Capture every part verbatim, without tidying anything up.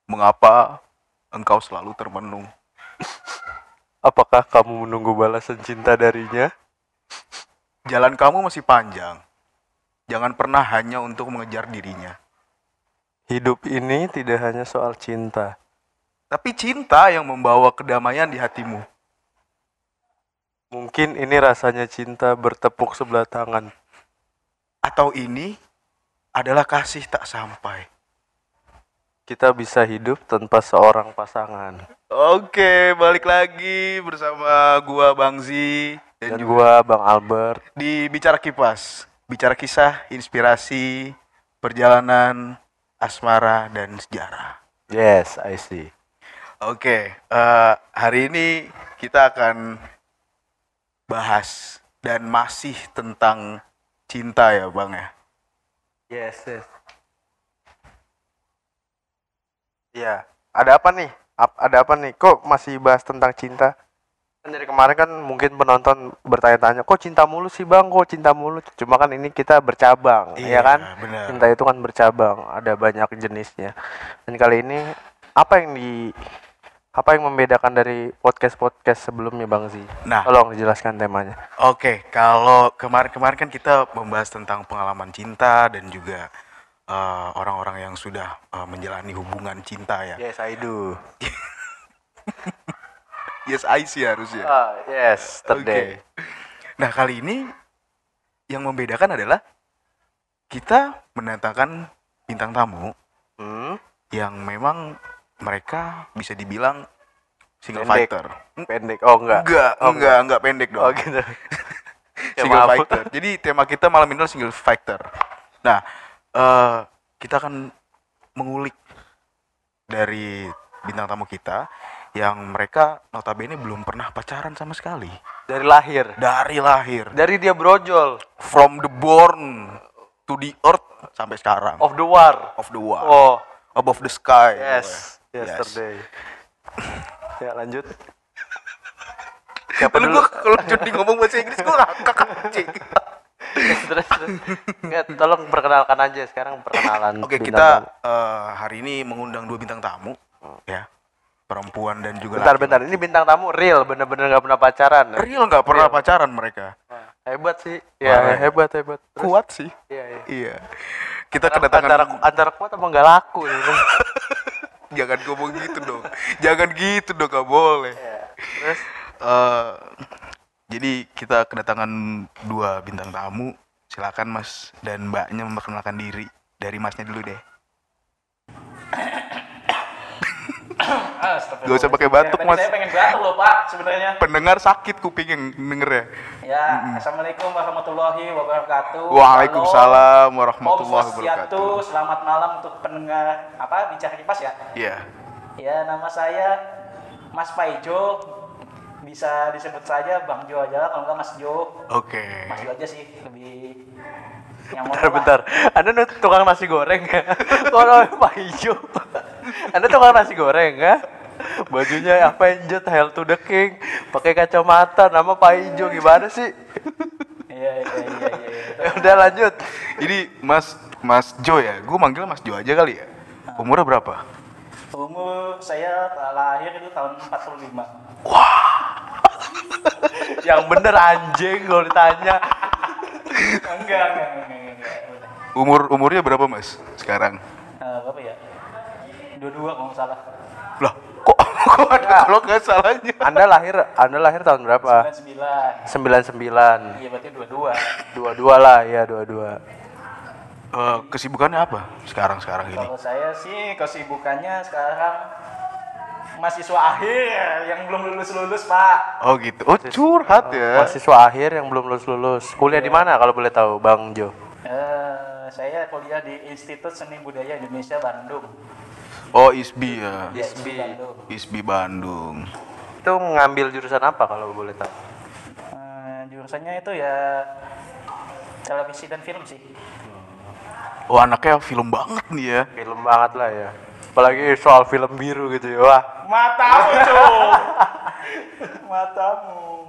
Mengapa engkau selalu termenung? Apakah kamu menunggu balasan cinta darinya? Jalan kamu masih panjang. Jangan pernah hanya untuk mengejar dirinya. Hidup ini tidak hanya soal cinta. Tapi cinta yang membawa kedamaian di hatimu. Mungkin ini rasanya cinta bertepuk sebelah tangan. Atau ini adalah kasih tak sampai. Kita bisa hidup tanpa seorang pasangan. Oke, balik lagi bersama gua Bang Zi Dan, Dan gua Bang Albert di Bicara Kipas. Bicara kisah, inspirasi, perjalanan, asmara, dan sejarah. Yes, I see. Oke, uh, hari ini kita akan bahas dan masih tentang cinta ya Bang ya. Yes, yes. Ya, ada apa nih? Ap- ada apa nih? Kok masih bahas tentang cinta? Kan dari kemarin kan mungkin penonton bertanya-tanya, kok cinta mulu sih Bang? Kok cinta mulu? Cuma kan ini kita bercabang, Iya, ya kan? Benar. Cinta itu kan bercabang, ada banyak jenisnya. Dan kali ini apa yang di apa yang membedakan dari podcast-podcast sebelumnya Bang Zi? Nah, tolong dijelaskan temanya. Oke, kalau kemarin-kemarin kan kita membahas tentang pengalaman cinta dan juga uh, orang-orang yang sudah uh, menjalani hubungan cinta ya. Yes, I do. Yes, I see harusnya. Ah, yes, today. Oke. Nah, kali ini yang membedakan adalah kita mendatangkan bintang tamu Hmm? yang memang mereka bisa dibilang single Pendek. fighter. Pendek. Oh, enggak. Enggak, Oh, enggak, enggak pendek dong. Oh, gitu. Single maaf. fighter. Jadi tema kita malam ini adalah single fighter. Nah, uh, kita akan mengulik dari bintang tamu kita yang mereka notabene belum pernah pacaran sama sekali. Dari lahir. Dari lahir. Dari dia brojol. From the born to the earth sampai sekarang. Of the war. Of the war. Oh, Above the sky. yes. Yes. Yesterday. Ya, lanjut. Siapa dulu? Kalau jadi ngomong bahasa Inggris gue ngakak anjing. terus, terus. Nggak, tolong perkenalkan aja sekarang perkenalan. Oke, bintang kita tamu. uh, hari ini mengundang dua bintang tamu, ya, perempuan dan juga Bentar, laki-laki. bentar. Ini bintang tamu real, bener-bener nggak pernah pacaran. ya? Real nggak pernah Real. pacaran mereka. Hebat sih. Wah. Ya, hebat, hebat. Terus, Kuat sih. Iya, iya. Iya. Kita Antara, kedatangan. antara, antara kuat apa nggak laku nih. Jangan ngomong gitu dong. Jangan gitu dong, gak boleh. Ya. Terus Uh, jadi kita kedatangan dua bintang tamu. Silakan Mas dan Mbaknya memperkenalkan diri. Dari Masnya dulu deh. Gak usah pakai batuk, ya, Mas. Saya pengen batuk loh Pak sebenarnya. Pendengar sakit kuping yang denger ya. Ya, Assalamuallahu warahmatullahi wabarakatuh. Waalaikumsalam Halo. warahmatullahi Om Swastiastu, wabarakatuh. selamat malam untuk pendengar apa Bicara Kipas ya. Iya. Ya, nama saya Mas Paijo. Bisa disebut saja Bang Jo aja kalau enggak Mas Jo. Oke. Mas Jo aja sih lebih yang bentar, bentar. Anda nih tukang nasi goreng ya? Kok namanya Pak Ijo? Anda tukang nasi goreng ya? Bajunya apa Ijo, Hail to the King, pakai kacamata, nama Pak Ijo, gimana sih? Iya, iya, iya, iya, iya. Ya udah lanjut. Jadi Mas Mas Jo ya, gue manggil Mas Jo aja kali ya. Umurnya berapa? Umur saya lahir itu tahun empat puluh lima. Yang bener anjing kalau ditanya. Enggak, enggak, enggak, enggak, enggak. Udah. Umur umurnya berapa Mas sekarang? Eh, berapa ya? Dua-dua kalau nggak salah. Lah, kok kok ada kalau nggak salahnya? Anda lahir, Anda lahir tahun berapa? sembilan sembilan. sembilan sembilan. Iya berarti dua-dua. Dua-dua lah, ya dua-dua. Eh, kesibukannya apa sekarang sekarang ini? Kalau saya sih kesibukannya sekarang mahasiswa akhir yang belum lulus-lulus Pak. Oh gitu. Oh curhat ya. Mahasiswa akhir yang belum lulus-lulus. Kuliah di mana kalau boleh tahu, Bang Jo? Eh, saya kuliah di Institut Seni Budaya Indonesia Bandung. Oh I S B ya. Iya, I S B Bandung. I S B Bandung. Itu ngambil jurusan apa kalau boleh tahu? Eh, jurusannya itu ya televisi dan film sih. Oh anaknya film banget nih ya. Film banget lah ya. Apalagi soal film biru gitu ya. Wah, Matamu tuh. Matamu.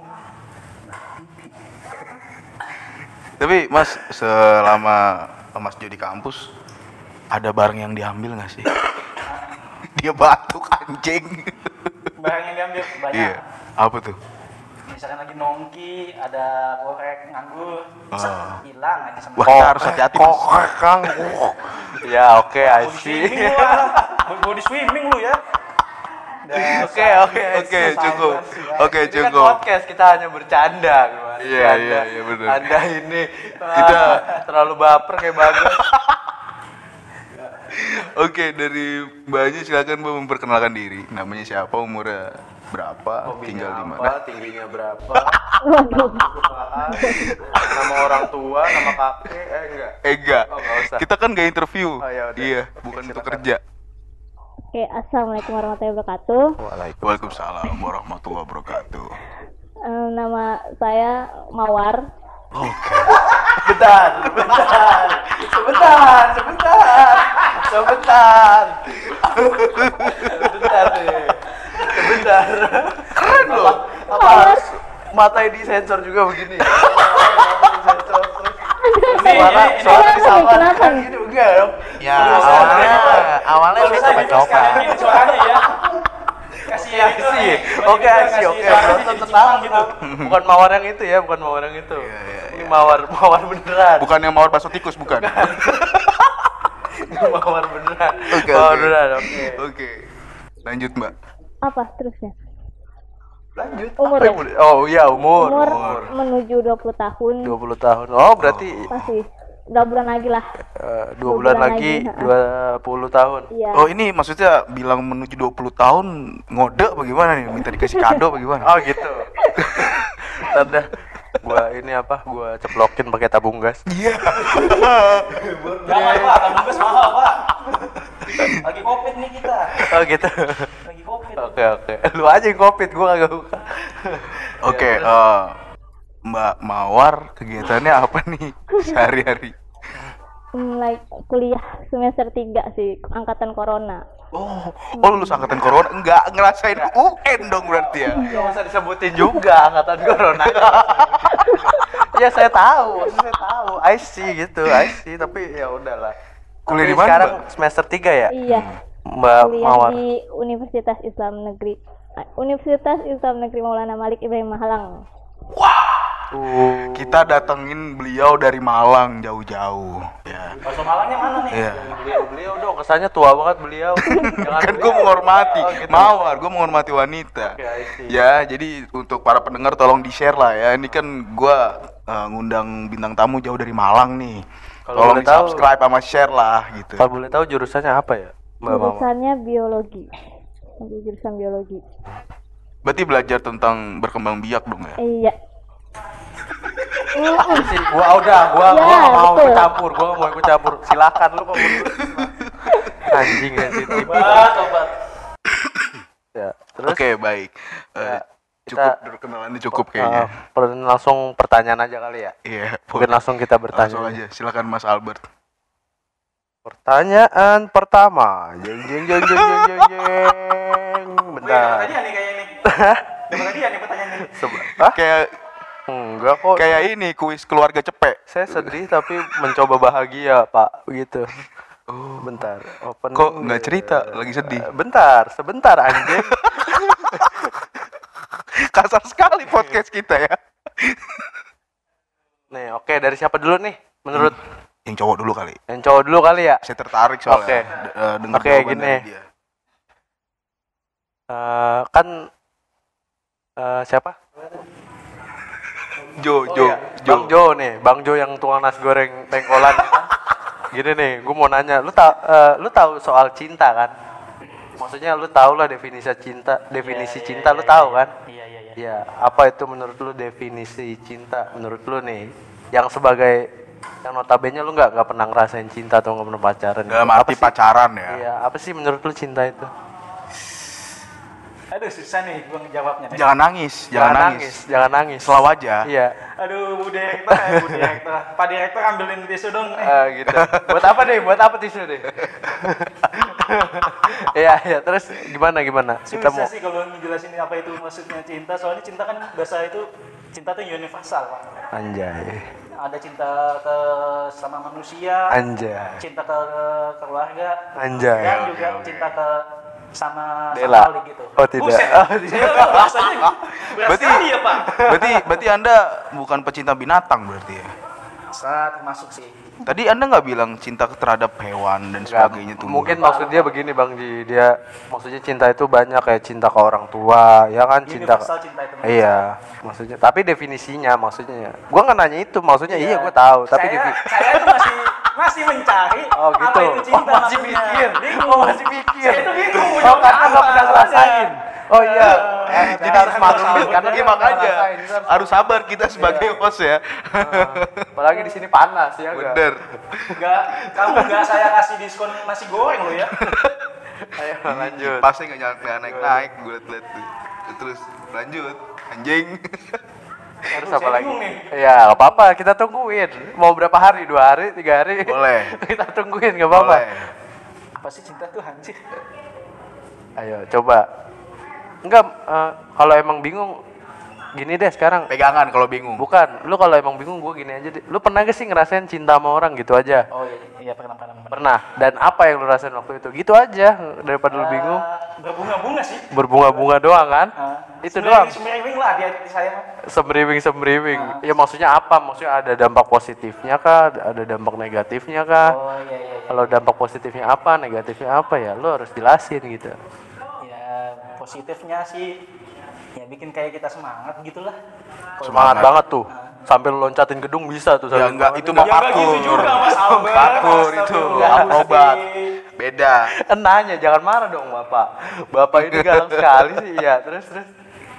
Tapi Mas selama Mas Jo di kampus ada barang yang diambil nggak sih? dia batuk anjing. Barang yang diambil banyak. Iya. Apa tuh? Misalkan lagi nongki, ada korek nganggur, set, Ah. hilang aja sama. Wah, kita harus hati-hati, Mas. Kok Kang. Ya, oke, I Body see. swimming lu ah. Body swimming lu ya. Oke, oke, Oke, cukup. Oke, Ini kan cukup. podcast, kita hanya bercanda. Gimana? Iya, Bercanda. iya, iya, benar. Anda ini Kita- ah, terlalu baper kayak bagus. Oke, dari Mbaknya silakan Mbak memperkenalkan diri. Namanya siapa, umurnya berapa, tinggal di mana? Tingginya berapa? Nama orang tua, nama kakek, eh enggak. Eh enggak. Oh, nggak usah. Kita kan gak interview. Oh, ya udah. Iya, bukan Oke, untuk silakan. kerja. Oke, assalamualaikum warahmatullahi wabarakatuh. Waalaikumsalam warahmatullahi wabarakatuh. Eh, nama saya Mawar. Sebentar, sebentar, sebentar, sebentar, sebentar, sebentar deh, sebentar. Keren loh. Apa harus matanya disensor juga begini? Disensor terus. Suara, ini- suara ini- disamarkan kenapa nih? gitu enggak dong? Ya, Terus awalnya suaranya- awalnya Kalau saya bisa coba-coba. sekalian ini suaranya ya. Kasih Oke, itu sih. nih. Oke, Kasih sih. Oke, suaranya nonton jadi tenang Jepang gitu. Bukan mawar yang itu ya, bukan mawar yang itu. Ini mawar, mawar beneran. Bukan yang mawar bakso tikus, bukan. Mawar beneran. Oke, Mawar oke. beneran, oke. Oke. Lanjut, Mbak. Apa terusnya? Lanjut. Umur Apa ya? yang boleh- Oh iya, umur. Umur Umur. menuju dua puluh tahun. dua puluh tahun. Oh, berarti Masih dua bulan lagi lah. eh, dua Dua bulan bulan lagi lagi, ha. dua puluh tahun. Iya. Oh, ini maksudnya bilang menuju dua puluh tahun ngode bagaimana nih? Minta dikasih kado bagaimana? Oh, gitu. Ntar dah. Gua ini apa? Gua ceplokin pakai tabung gas. Iya. Jangan Pak, tabung gas mahal Pak. Lagi covid nih kita. Oh, gitu. Lagi covid. Oke, oke. Lu aja yang covid, gua kagak buka. Oke, eh, Mbak Mawar kegiatannya apa nih sehari-hari? Mulai kuliah semester tiga sih, angkatan corona. Oh, oh lulus angkatan corona? Enggak, ngerasain U N dong berarti ya? Gak usah disebutin juga angkatan corona. Ya saya tahu, saya tahu. I see gitu, I see. Tapi ya udahlah. Kuliah Tapi di mana, sekarang Mbak? semester tiga ya? Iya, Mbak kuliah Mawar. di Universitas Islam Negeri eh, Universitas Islam Negeri Maulana Malik Ibrahim Malang. Uh, Kita datengin beliau dari Malang jauh-jauh. Ya. Bakso Malangnya mana nih? Iya. beliau beliau dong kesannya tua banget beliau. Jangan Kan gue beliau. menghormati Oh, gitu. Mawar, gue menghormati wanita. Oke, I see. Ya, jadi untuk para pendengar tolong di-share lah ya. Ini kan gue eh, ngundang bintang tamu jauh dari Malang nih. Kalau Tolong boleh tahu- di-subscribe sama share lah gitu. Kalau boleh tahu jurusannya apa ya, Mbak Mawar? Jurusannya biologi. Ambil jurusan biologi. Berarti belajar tentang berkembang biak dong ya. Eh, iya. Apa sih? Gua udah, gua gua Ya, nggak mau betul. ikut campur, gua nggak mau ikut campur. Silakan lu kalau mau. Anjing sensitif. Obat, obat. Ya, terus Oke, baik. Eh, Ya, cukup kita- perkenalannya cukup kayaknya. eh, per- langsung pertanyaan aja kali ya. Iya, Mungkin langsung kita bertanya. langsung aja. Silakan Mas Albert. Pertanyaan pertama. Jeng jeng jeng jeng jeng jeng jeng. Wih, dapat Bentar. hadiah nih kayaknya nih. Dapat hadiah nih pertanyaan ini. Seba- Hah? Kayak Enggak kok. kayak ini kuis keluarga cepek. Saya sedih tapi mencoba bahagia, Pak. Begitu. Oh, bentar. Open. Kok nggak cerita? Lagi sedih. Eh, Bentar, sebentar anjing. Kasar sekali podcast kita ya. Nih, oke, dari siapa dulu nih? Menurut Yang cowok dulu kali. yang cowok dulu kali ya? Saya tertarik soalnya. Oke. D- eh, dengar Oke, jawaban gini. dari dia. Eh, kan eh, siapa? Jo, Oh, Jo, iya. Jo. Bang Jo nih, Bang Jo yang tukang nasi goreng tengkolan. Gini nih, gue mau nanya, lu tau, eh, lu tahu soal cinta kan? Maksudnya lu tahu lah definisi cinta, definisi Iya, iya, cinta iya, lu iya, tahu iya. kan? Iya, iya, iya. Ya, apa itu menurut lu definisi cinta? Menurut lu nih, yang sebagai yang notabene lu nggak nggak pernah ngerasain cinta atau nggak pernah pacaran? Dalam Apa arti sih? pacaran ya. Iya, apa sih menurut lu cinta itu? Aduh, susah nih gua ngejawabnya nih. Jangan nangis, jangan, nangis. jangan nangis. Selalu aja. Iya. Aduh, Bu Direktur, eh, Bu Direktur. Pak Direktur ambilin tisu dong nih. Eh, gitu. Buat apa deh? Buat apa tisu deh? Iya, iya. Terus gimana gimana? Kita Susah mau sih kalau ngejelasin apa itu maksudnya cinta. Soalnya cinta kan bahasa itu cinta itu universal, Pak. anjay. Ada cinta ke sama manusia, Anjay. cinta ke keluarga, Anjay. dan juga cinta ke sama Dela. sama gitu. Oh, tidak. Buset. Oh, tidak. Ya, bahasanya berat Berarti- sekali ya Pak. Berarti berarti Anda bukan pecinta binatang berarti ya. Saat masuk sih. Tadi Anda nggak bilang cinta terhadap hewan dan sebagainya tuh. Mungkin maksud dia begini Bang Ji, dia maksudnya cinta itu banyak kayak cinta ke orang tua, ya kan cinta. Universal cinta itu. Iya, maksudnya. Tapi definisinya maksudnya, gua nggak nanya itu, maksudnya iya, gua tahu. Tapi saya, defi- saya tuh masih masih mencari Oh apa gitu. itu cinta Oh, masih maksudnya. mikir. Bingung. Oh, masih mikir. Saya tuh bingung. Oh, karena nggak pernah ngerasain. Oh iya. Eh, Jadi harus maklumin karena Iya dia makanya ngerasain. Kita harus- harus sabar kita sebagai host ya. Apalagi di sini panas ya enggak? Bener. Enggak, kamu enggak saya kasih diskon nasi goreng lo ya. Ayo lanjut. Pasti nggak nyala naik naik gue liat tuh. Terus lanjut anjing. Terus Saya apa lagi? bingung nih. Iya, nggak apa-apa, kita tungguin. Mau berapa hari? Dua hari, tiga hari? Boleh. Kita tungguin, nggak apa-apa. Boleh. Apa sih cinta tuh anjir? Ayo, coba. Enggak, eh, kalau emang bingung, gini deh sekarang. Pegangan kalau bingung. Bukan, lu kalau emang bingung, gue gini aja deh. Lu pernah gak sih ngerasain cinta sama orang gitu aja? Oh iya, iya pernah pernah. pernah. Pernah. Dan apa yang lu rasain waktu itu? Gitu aja, daripada lu bingung. Eh, berbunga-bunga sih. Berbunga-bunga doang kan? Ah, Itu semeriwing- doang. Semeriwing lah di hati saya mah. Semeriwing-semeriwing. Ya maksudnya apa? Maksudnya ada dampak positifnya kah? Ada dampak negatifnya kah? Oh iya iya iya. Kalau dampak positifnya apa, negatifnya apa ya? Lu harus jelasin gitu. Ya positifnya sih ya bikin kayak kita semangat gitulah. Kalau- Semangat Semangat. banget tuh. Sambil loncatin gedung bisa tuh. Ya sambil enggak, banget. itu mah Ya enggak gitu parkur. juga Mas Albert. Parkur itu. Astagfirullah, Akrobat. Gusti. Beda. Kan nanya, jangan marah dong Bapak. Bapak ini galak sekali sih. Iya, terus terus.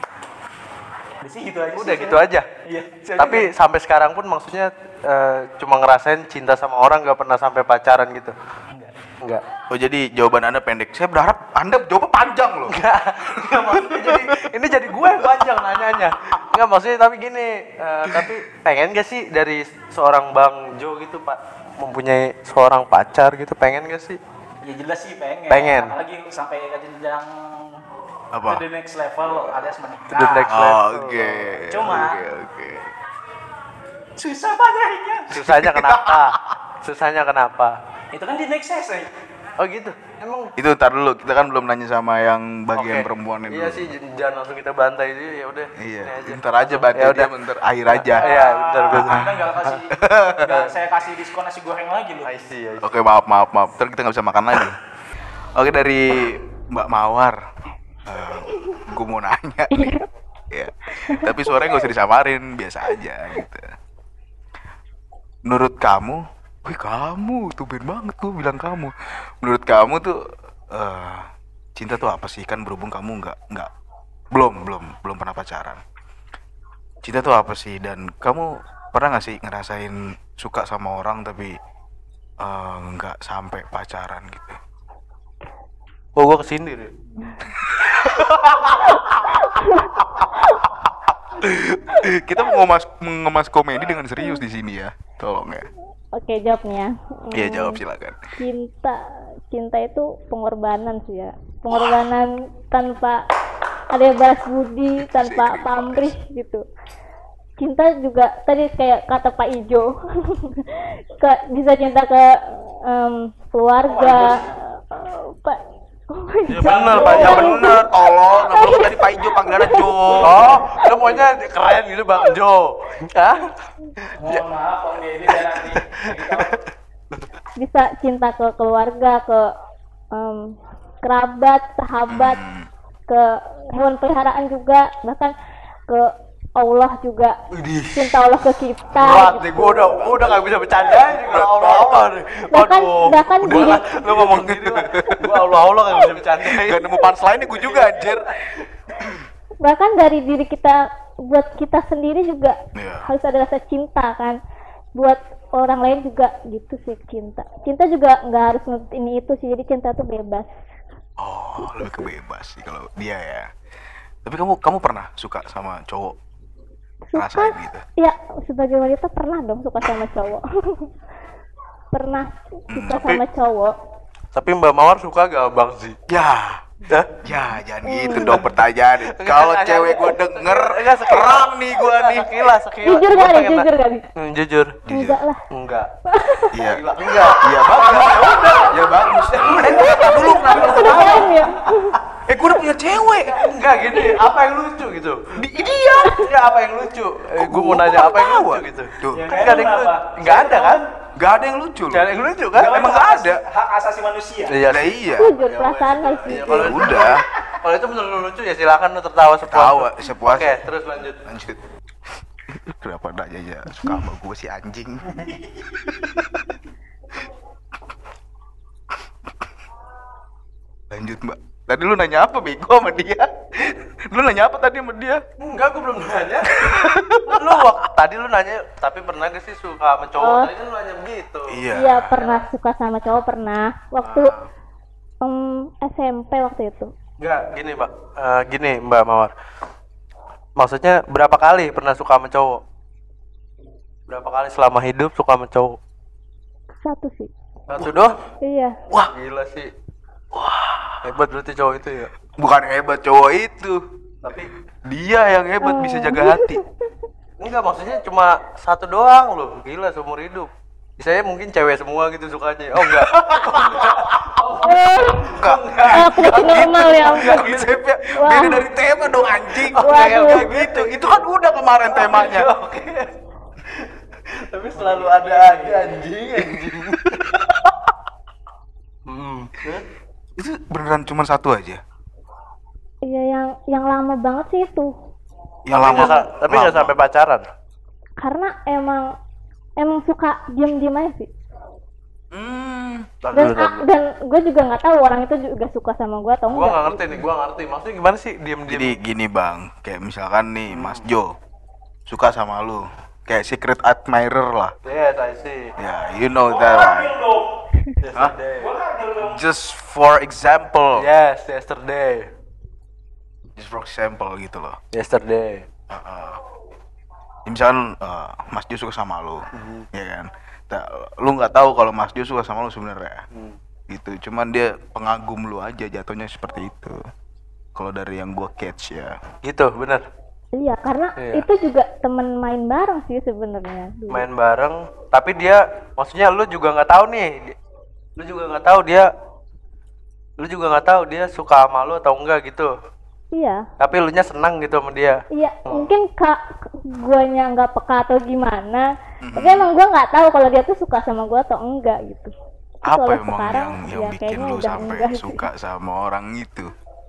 Udah sih gitu aja. Udah sih, gitu saya. aja. Iya. saya Tapi juga. sampai sekarang pun maksudnya eh, cuma ngerasain cinta sama orang gak pernah sampai pacaran gitu. enggak. Enggak. Oh jadi jawaban Anda pendek. Saya berharap Anda jawabnya panjang loh. Enggak, enggak maksudnya jadi ini jadi gue yang panjang nanyanya. Enggak maksudnya tapi gini, eh, tapi pengen gak sih dari seorang Bang Jo gitu Pak mempunyai seorang pacar gitu, pengen gak sih? Ya jelas sih pengen. Pengen. Apalagi sampai ke jenjang Apa? to the next level alias menikah. To the next Oh, level. Oke. Cuma- Oke oke. Susah pak nyarinya. Susahnya kenapa? Susahnya kenapa? Itu kan di next session. Oh gitu. Emang Itu ntar dulu, kita kan belum nanya sama yang bagian Oke. perempuan itu. Iya sih, j- jangan langsung kita bantai dulu ya udah. Iya. Ini aja. Bentar aja bantu Ya dia, udah. bentar akhir aja. Iya, bentar bentar. Anda nggak kasih, nggak saya kasih diskon nasi goreng lagi loh. I see, I see. Oke maaf maaf maaf. Ntar kita nggak bisa makan lagi. Oke dari Mbak Mawar. Gue mau nanya nih. Ya. Tapi suaranya nggak usah disamarin, biasa aja gitu. Menurut kamu, wih kamu tuh ben banget tuh bilang kamu. Menurut kamu tuh eh, cinta tuh apa sih? Kan berhubung kamu nggak nggak belum belum belum pernah pacaran. Cinta tuh apa sih? Dan kamu pernah nggak sih ngerasain suka sama orang tapi eh, nggak sampai pacaran gitu? Oh, gua kesindir ya. Kita mau ngemas, mengemas komedi dengan serius di sini ya, tolong ya. Oke, jawabnya. Iya Hmm, jawab silakan. Cinta, cinta itu pengorbanan sih ya. Pengorbanan tanpa ada balas budi, tanpa pamrih gitu. Cinta juga tadi kayak kata Pak Ijo, ke- bisa cinta ke em, keluarga, eh, Pak. Ya bener, Pak. Ya bener, tolong. Nggak perlu tadi Pak Ijo panggilannya Jo. Oh, lu maunya keren gitu Bang Jo. Hah? Mohon maaf Om Deddy saya nanti. Bisa cinta ke keluarga, ke em, kerabat, sahabat, ke hewan peliharaan juga, bahkan ke Allah juga. Widih. Cinta Allah ke kita. Berat nih, gua udah gua udah gak bisa bercanda nih kalau Allah Allah nih. Bahkan- Waduh. bahkan Udah diri- lah, lu ngomong gini lah. Gua Allah Allah gak bisa bercanda. Gak nemu punchline gue juga anjir. Bahkan dari diri kita, buat kita sendiri juga Iya. harus ada rasa cinta kan. Buat orang lain juga gitu sih cinta. Cinta juga nggak harus nuntut ini itu sih. Jadi cinta tuh bebas. Oh, lebih ke bebas sih kalau dia ya. Tapi kamu kamu pernah suka sama cowok? Rasain gitu. Ya, sebagai wanita pernah dong suka sama cowok. Pernah suka tapi- sama cowok. Tapi Mbak Mawar suka gak Bang Zi? Ya, Hah? ya jangan gitu dong pertanyaan. Kalau Enggak, cewek enggak. gue denger, Enggak, sekilas. terang nih gue nih. Sekilas, sekilas. Jujur Gua gak nih? pengen Jujur na- gak nih? Hmm, jujur. Enggak lah. Enggak. Iya. Gila, enggak. Iya bagus. Ya udah. Ya bagus. Eh, dulu kenapa? Udah keren ya. Enggak gini, apa yang lucu gitu? Di, dia. Enggak apa yang lucu? Eh, gue mau nanya apa yang lucu gitu. Tuh. Ya, Kan enggak ada yang kenapa? lucu. Enggak ada kan? Gak ada yang lucu Enggak ada loh. yang lucu kan? Emang nggak ada. Hak asasi manusia. Iya Lah sih. iya. Jujur perasaan nggak sih? Iya, kalau Ya udah. Kalau itu menurut lu lucu ya silakan lu tertawa sepuasnya. Tawa sepuasnya. Oke, terus lanjut. Lanjut. Kenapa nanya ya suka sama gue sih anjing. Lanjut mbak. Tadi lu nanya apa bego sama dia? Lu nanya apa tadi sama dia? Enggak, gue belum nanya. Lu wak- tadi lu nanya, tapi pernah gak sih suka sama cowok? Oh. Tadi kan lu nanya begitu. Iya. Iya pernah suka sama cowok pernah. Waktu Ah. em, S M P waktu itu. Enggak, gini mbak, Eh, gini mbak Mawar. Maksudnya berapa kali pernah suka sama cowok? Berapa kali selama hidup suka sama cowok? Satu sih. Satu doang? Iya. Wah, gila sih. Wah, hebat berarti cowok itu ya. Bukan hebat cowok itu. Tapi Dia yang hebat bisa jaga hati. enggak, maksudnya cuma satu doang loh. Gila seumur hidup. Saya mungkin cewek semua gitu sukanya. Oh enggak. Enggak. Ah, penyakit normal ya ampun. Konsepnya Wah. beda dari tema dong anjing. Waduh. Kayak kayak gitu. Itu kan udah kemarin temanya. Oke. Tapi selalu ada aja anjing, anjing. Hmm. Itu beneran cuma satu aja. Iya yang yang lama banget sih itu. Yang Tapi lama. nggak sa- tapi nggak lama. sampai pacaran. Karena emang emang suka diem-diem aja sih. Hmm. Dan ah, dan gue juga nggak tahu orang itu juga suka sama gue atau Gua enggak. nggak ngerti nih, gua nggak ngerti. Maksudnya gimana sih diem-diem? Jadi gini bang, kayak misalkan nih Mas Jo suka sama lu, kayak secret admirer lah. Yes, I see. Ya, you know that right. Yesterday. Just for example, Yes, yesterday. just for example gitu loh. Yesterday. Uh, ya misalkan uh, Mas Jo suka sama lu, ya kan? Nah, lu nggak tahu kalau Mas Jo suka sama lu sebenarnya, gitu. Cuman dia pengagum lu aja, jatuhnya seperti itu. Kalau dari yang gua catch ya. Gitu, bener. Iya karena Iya. itu juga temen main bareng sih sebenarnya. dulu. Main bareng, tapi dia, maksudnya lu juga nggak tahu nih. Lu juga nggak tahu dia, lu juga nggak tahu dia suka sama lu atau enggak gitu. Iya. Tapi lu nya senang gitu sama dia. Iya, mungkin kak guanya nggak peka atau gimana. Mhm. Tapi emang gua nggak tahu kalau dia tuh suka sama gua atau enggak gitu. Tapi Apa kalau emang sekarang, yang yang ya bikin kayaknya lu udah sampai enggak sih. suka sama orang itu?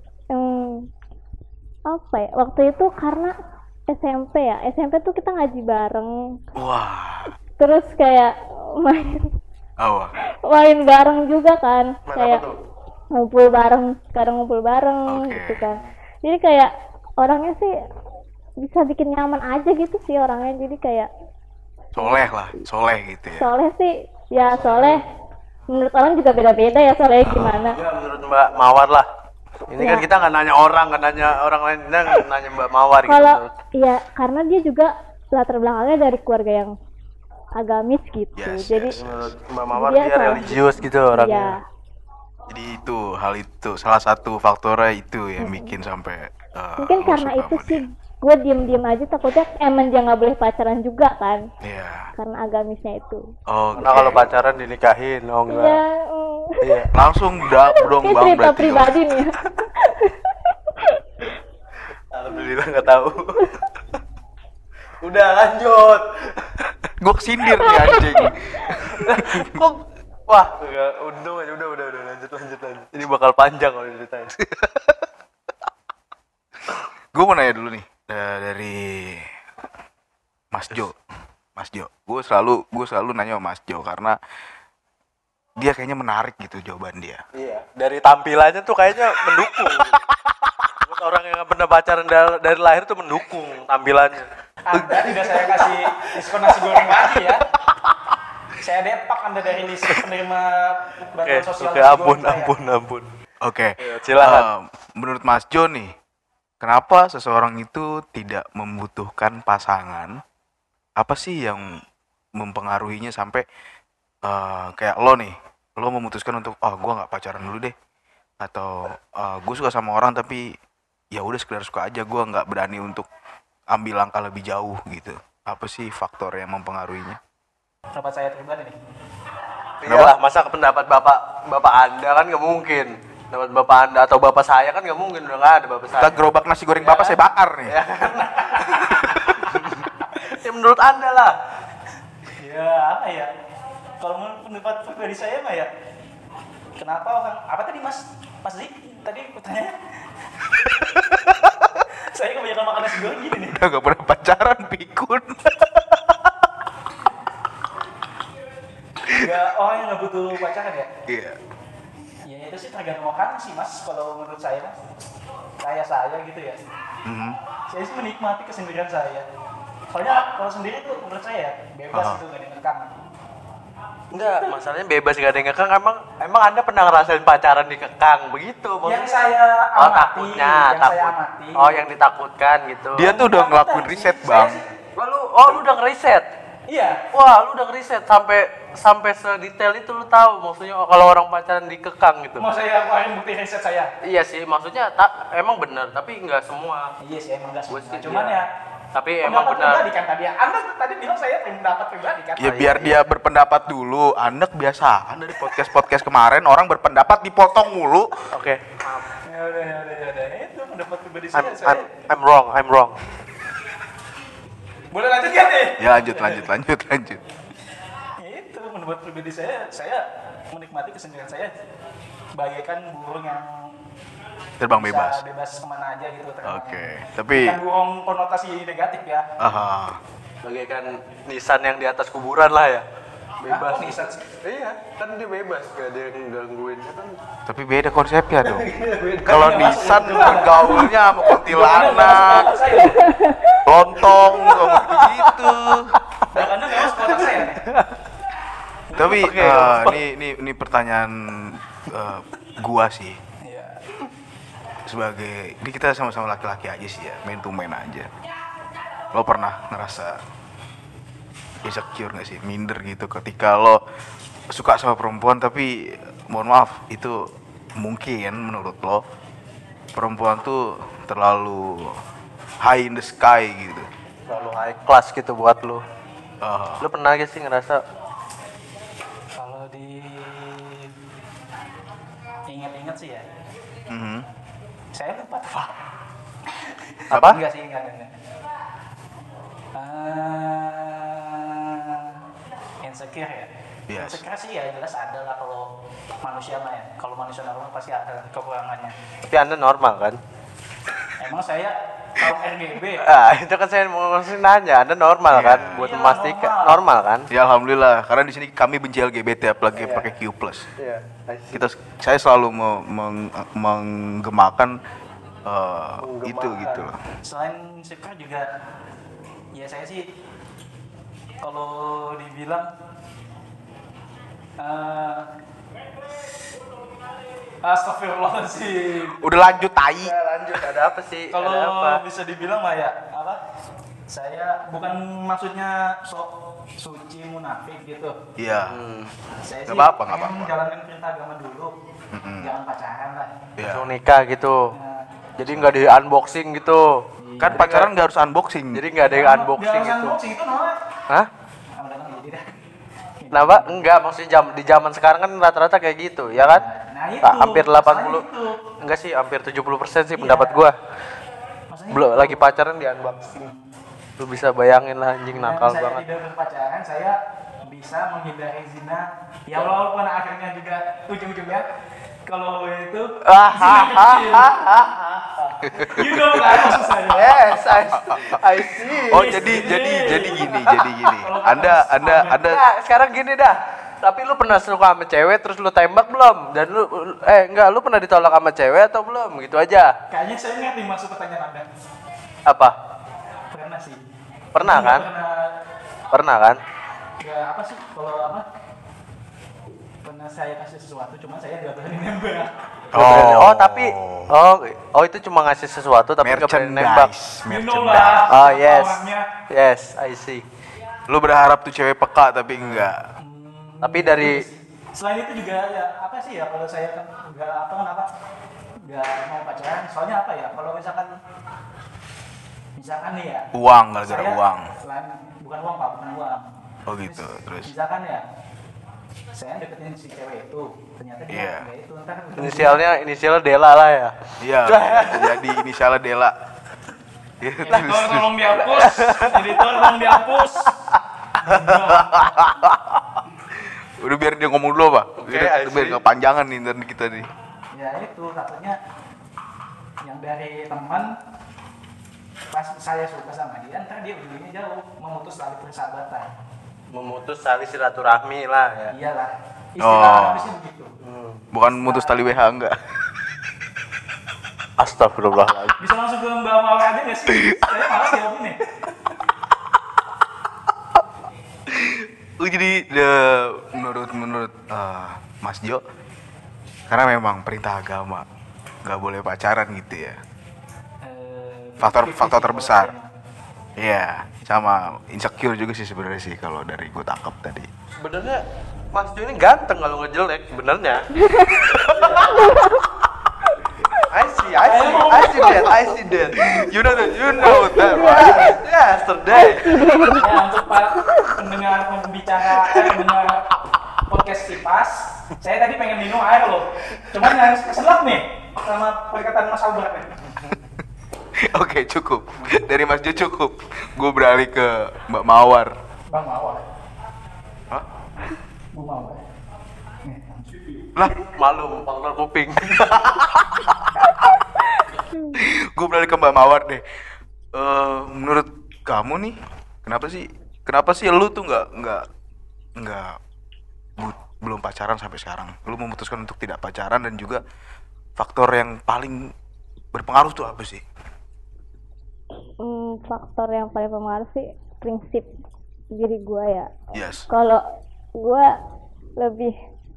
Hmm, apa ya? Waktu itu karena S M P ya. S M P tuh kita ngaji bareng. Wah, Terus kayak main apa? main bareng juga kan. Main kayak apa tuh? ngumpul bareng, sekarang ngumpul bareng Oke. gitu kan. Jadi kayak orangnya sih bisa bikin nyaman aja gitu sih orangnya. Jadi kayak Soleh lah, soleh gitu ya. soleh sih ya soleh menurut orang juga beda-beda ya soleh gimana. Ya menurut Mbak Mawar lah. Ini Ya. kan kita nggak nanya orang, nggak nanya orang lain, kita nanya Mbak Mawar gitu. Kalau menurut- ya karena dia juga latar belakangnya dari keluarga yang agamis gitu. Yes, Jadi yes. menurut Mbak Mawar Dia dia, salah. religius gitu ya orangnya. Jadi itu hal itu salah satu faktornya itu yang bikin sampai uh, mungkin lu karena suka itu sama sih dia. gue diem-diem aja takutnya emang dia nggak boleh pacaran juga kan Iya. karena agamisnya itu. Oh, Karena kalau pacaran dinikahin, oh enggak. Iya. mm. Iya. langsung dak dong Ini bang cerita berarti. pribadi nih. ya. Alhamdulillah nggak tahu. Udah lanjut. Gue kesindir nih anjing. Kok wah, enggak, untung aja udah udah udah lanjut lanjut lanjut. Ini bakal panjang kalau diceritain. Gue mau nanya dulu nih eh, dari Mas Jo. Mas Jo, gue selalu gue selalu nanya sama Mas Jo karena dia kayaknya menarik gitu jawaban dia. Iya, dari tampilannya tuh kayaknya mendukung. Gitu. Buat orang yang nggak pernah pacaran dari, dari lahir tuh mendukung tampilannya. Anda tidak saya kasih diskon nasi goreng lagi ya. Saya depak Anda dari list penerima Oke, bantuan sosial oke, nasi ampun, goreng saya. ampun, ampun. Oke, Iya, silakan. eh, menurut Mas Jo nih, kenapa seseorang itu tidak membutuhkan pasangan? Apa sih yang mempengaruhinya sampai eh, kayak lo nih, lo memutuskan untuk, oh gue nggak pacaran dulu deh, atau gue suka sama orang tapi ya udah sekedar suka aja, gue nggak berani untuk ambil langkah lebih jauh gitu. Apa sih faktor yang mempengaruhinya? Pendapat saya pribadi nih. Iyalah, masa pendapat bapak bapak anda kan nggak mungkin. dapat bapak anda atau bapak saya kan nggak mungkin, udah nggak ada bapak saya. Kita gerobak nasi goreng bapak saya bakar nih. Ya kan? Ya menurut anda lah. Ya apa ya? Kalau menurut pendapat pribadi saya mah ya, kenapa orang apa tadi Mas Mas Zik tadi pertanyaannya? Saya kebanyakan makan nasi goreng gini nih. Udah gak pernah pacaran, pikun. Enggak, orang yang nggak butuh pacaran ya? Iya. Ya itu sih tergantung orang sih Mas. Kalau menurut saya, kayak saya gitu ya. Mhm. Saya sih menikmati kesendirian saya. Soalnya kalau sendiri tuh menurut saya bebas Aha. gitu, nggak dikekang. Enggak, masalahnya bebas gak ada yang ngekang. Emang emang anda pernah ngerasain pacaran dikekang begitu? Yang maksudnya? saya Oh amati, takutnya, yang saya takut. amati. Oh yang ditakutkan gitu. Dia tuh udah ngelakuin Takutan riset, sih. Bang. Saya sih- Lalu, oh lu udah ngeriset? Iya. Wah lu udah ngeriset sampai sampai sedetail itu lu tahu maksudnya kalau orang pacaran dikekang gitu. Mau saya keluarin bukti riset saya? Iya sih, maksudnya tak emang bener, tapi nggak semua. Iya sih emang nggak Gua semua. sih Cuman iya. ya Tapi emang pendapat benar. pribadi kan tadi ya. Anda tadi bilang saya pendapat pribadi kan. Ya biar dia berpendapat dulu. Anda kebiasaan dari podcast-podcast kemarin orang berpendapat dipotong mulu. Oke. Ya udah ya udah ya udah. Itu pendapat pribadi I'm, saya. saya. I'm I'm wrong, I'm wrong. Boleh lanjut kan nih? Ya lanjut, lanjut, lanjut, lanjut. Itu pendapat pribadi saya. Saya menikmati kesendirian saya bagaikan burung yang Terbang bisa bebas. bebas kemana aja gitu terbangnya. Oke, tapi Bukan burung konotasi negatif ya. aha. Bagaikan nisan yang di atas kuburan lah ya. Bebas. Ah, kok nisan sih? Iya, kan dia bebas, gak ada yang gangguin. Ya kan. Tapi beda konsepnya dong. Kalau Nissan bergaulnya sama kuntilanak, Saya. lontong, ngomong begitu. Karena nggak masuk kotak saya. nih. Tapi Oke, eh, ini ini ini pertanyaan eh, gua sih. Iya. Sebagai ini kita sama-sama laki-laki aja sih ya, main to main aja. Lo pernah ngerasa insecure gak sih, minder gitu ketika lo suka sama perempuan tapi mohon maaf itu mungkin menurut lo perempuan tuh terlalu high in the sky gitu. Terlalu high class gitu buat lu. Eh, Lu pernah gak sih ngerasa Kalau di ingat-ingat sih ya, mhm. saya lupa. apa? Enggak sih, enggak, enggak. Uh, insecure ya? Yes. Insecure sih ya jelas ada lah kalau manusia mah ya. Kalau manusia normal pasti ada kekurangannya. Tapi anda normal kan? Emang saya kaum R G B. Ah, itu kan saya mau ngasih nanya, anda normal Iya. kan? Buat Iya, memastikan normal. normal kan? Ya alhamdulillah karena di sini kami benci L G B T apalagi pakai Q plus. Iya. Kita saya selalu me- meng- menggemakan eh, itu gitu loh. Selain insecure juga, ya saya sih kalau dibilang uh, astagfirullahaladzim. Udah lanjut tai. Ya, lanjut, ada apa sih? Kalau ada apa? bisa dibilang mah ya apa? Saya bukan maksudnya sok suci munafik gitu. Iya. Hmm. Saya Nggak sih apa-apa, nggak pengen apa-apa. menjalankan perintah agama dulu. Mm-mm. Jangan pacaran lah. Iya. Langsung nikah gitu. Nah, Jadi nggak di unboxing gitu. Kan pacaran nggak harus unboxing. Jadi nggak ada yang jangan- unboxing jangan gitu. unboxing itu namanya. Hah? Ah, udah nggak jadi dah. Kenapa? Enggak, maksudnya jam di zaman sekarang kan rata-rata kayak gitu, ya kan? Nah, itu, Ah, hampir delapan puluh. masalahnya itu. Enggak sih, hampir tujuh puluh persen sih Iya. pendapat gua. Maksudnya Belum itu. lagi pacaran di unboxing. Lu bisa bayangin lah anjing Dengan nakal saya banget. tidak berpacaran, saya bisa menghindari zina. Ya walaupun akhirnya juga ujung-ujungnya kalau itu Ah, zina ah, ah, kecil. ah, ah, ah. You know kan maksud saya. Yes, I, I see. Oh jadi jadi jadi gini jadi gini. Anda anda anda Nah, sekarang gini dah. Tapi lu pernah suka sama cewek terus lu tembak belum? Dan lu eh enggak, lu pernah ditolak sama cewek atau belum? Gitu aja. Kayaknya saya ngerti maksud pertanyaan Anda. Apa? Pernah sih. Pernah Nggak kan? Pernah Pernah kan? nggak apa sih kalau apa? Pernah saya kasih sesuatu, cuma saya nggak berani nembak. Oh, oh tapi oh oh itu cuma ngasih sesuatu tapi nggak berani nembak. merchandise, You know merchandise. lah. Oh siapa yes, orangnya. yes, I see. Lu berharap tuh cewek peka tapi enggak. Tapi dari Selain itu juga ya apa sih ya kalau saya kan nggak apa kenapa nggak mau pacaran. Soalnya apa ya kalau misalkan misalkan nih ya. Uang gara-gara saya- uang. Selain bukan uang pak, bukan uang. Oh gitu. Terus Misalkan ya saya deketin si cewek itu, ternyata dia Iya. nggak itu, ntar Inisialnya inisialnya Dela lah ya. Iya, jadi inisialnya Dela. Ya, editor terus- tolong dihapus, editor tolong dihapus. Udah biar dia ngomong dulu, Pak. Oke, Biar, I see. biar kepanjangan nih ntar kita nih. Ya itu katanya yang dari teman pas saya suka sama dia, ntar dia ujungnya jauh, memutus tali persahabatan. Memutus tali silaturahmi lah ya. Iyalah, Oh. istilah habisnya begitu. Hmm. Bukan mutus tali W H enggak. Astagfirullahaladzim. Bisa langsung ke Mbak Mawar aja nggak sih? Saya malas jawab ini. Oh, jadi de- menurut menurut eh, Mas Jo, karena memang perintah agama nggak boleh pacaran gitu ya. Eh, Faktor- fifty-fifty faktor terbesar. kalau Iya, sama insecure juga sih sebenarnya sih kalau dari gue tangkap tadi. Sebenarnya Mas Jo ini ganteng kalau nggak jelek, sebenarnya. I see, I see, I see that, I see that. You know that, you know that, right? Yesterday. Ya untuk para pendengar pembicara, eh, pendengar podcast Kipas, saya tadi pengen minum air loh. Cuman harus keselak nih sama perkataan Mas Albert nih. Oke, cukup. Dari Mas Jo cukup. Gue beralih ke Mbak Mawar. Bang Mawar, Hah? Bu Mawar. Nih, Lah, Malu, faktor kuping. gue beralih ke Mbak Mawar deh. Eh, menurut kamu nih, kenapa sih, kenapa sih lu tuh nggak nggak nggak bu- belum pacaran sampai sekarang? Lu memutuskan untuk tidak pacaran dan juga faktor yang paling berpengaruh tuh apa sih? Hmm, faktor yang paling berpengaruh sih prinsip diri gue ya. Yes. Kalau gue lebih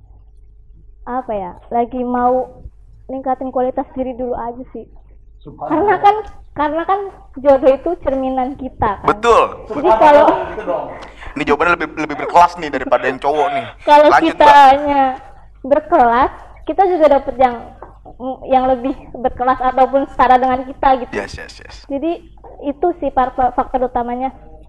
apa ya, lagi mau ningkatin kualitas diri dulu aja sih. Karena kan karena kan jodoh itu cerminan kita kan. Betul. Jadi kalau gitu dong. Ini jawabannya lebih lebih berkelas nih daripada yang cowok nih. kalau Lanjut, kita Mbak. hanya berkelas, kita juga dapat yang yang lebih berkelas ataupun setara dengan kita gitu. Yes, yes, yes. Jadi itu sih par- faktor utamanya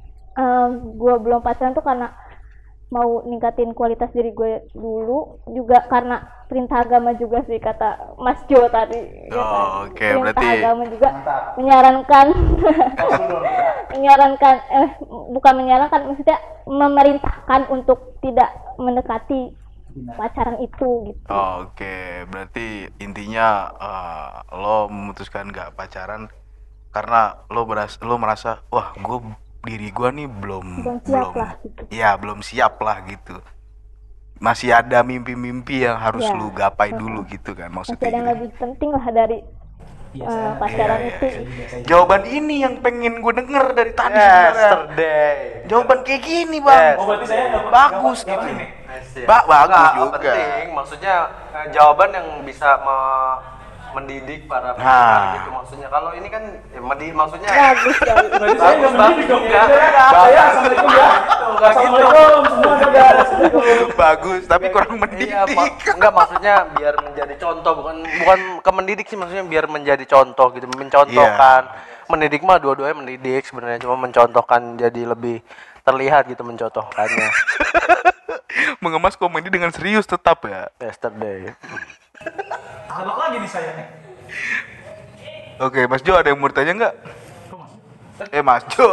gue belum pacaran tuh karena mau ningkatin kualitas diri gue dulu, juga karena perintah agama juga sih kata Mas Jo tadi. ya Oh, kan? oke, Perintah berarti- agama juga Mantap. menyarankan Masuk dulu kita. menyarankan eh bukan menyarankan, maksudnya memerintahkan untuk tidak mendekati pacaran itu gitu. Oh, Oke, berarti intinya eh, lo memutuskan nggak pacaran karena lo merasa lo merasa wah gue diri gue nih belum Belum siap lah, gitu. ya belum siap lah gitu, masih ada mimpi-mimpi yang harus Ya. lu gapai dulu gitu kan Masih maksudnya ada yang gitu. lebih penting lah dari Iya, eh, saya- pacaran Iya, iya, itu. iya. Jawaban ini yang pengen gue denger dari tadi sebenarnya. Yesterday. Jawaban kayak gini bang. Yes. Oh berarti saya nggak Bagus nggak gitu. ini. Ba- bagus Nggak, juga. penting. Maksudnya eh, jawaban yang bisa me- mendidik para Nah. pendengar gitu maksudnya. Kalau ini kan ya, mendi- maksudnya Bagus ya. Berarti saya nggak mendidik dong. Nggak, Ya, nggak, saya nggak. assalamualaikum ya. Nggak gitu. Assalamualaikum semua juga. Assalamualaikum. Bagus tapi kurang mendidik. Iya, ma- enggak maksudnya biar menjadi contoh, bukan bukan ke mendidik sih, maksudnya biar menjadi contoh gitu, mencontohkan. Mendidik mah dua-duanya mendidik sebenarnya, cuma mencontohkan jadi lebih terlihat gitu mencontohkannya. Mengemas komedi dengan serius tetap ya. Yesterday. Kalau lagi nih saya nih. Oke, Mas Jo ada yang mau tanya nggak? Kok Mas? Eh Mas Jo,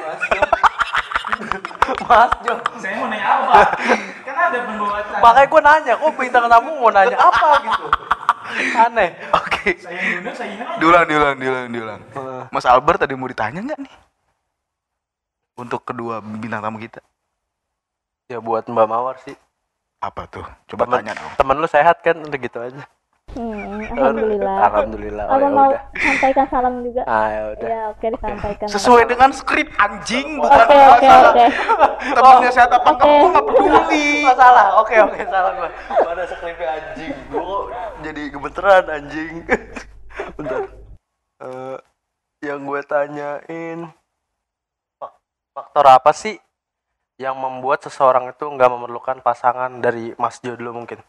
Mas Jo. Saya mau nanya apa, Pak? Kan ada pembawa acara. Makanya gue nanya, kok bintang tamu mau nanya apa gitu. Aneh. oke. Saya yang diundang, saya ini aja. Diulang, diulang, diulang, diulang. Eh. Mas Albert tadi mau ditanya nggak nih? Untuk kedua bintang tamu kita. Ya buat Mbak Mawar sih. Apa tuh? Coba Temen, tanya dong. temen lu sehat kan, udah gitu aja. Hmm, alhamdulillah. Alhamdulillah. Oh, Apa ya mau udah. sampaikan salam juga? Ah, ya udah. Ya oke, disampaikan. Sesuai dengan skrip anjing, bukan Oke oke masalah oke. temennya sehat apa enggak, Oke. gue nggak peduli. Masalah, oke oke salah gua. Pada seklipnya anjing, gua kok jadi gemeteran anjing. Bentar. Eh, yang gue tanyain, fak- faktor apa sih yang membuat seseorang itu nggak memerlukan pasangan dari Mas Jo dulu mungkin?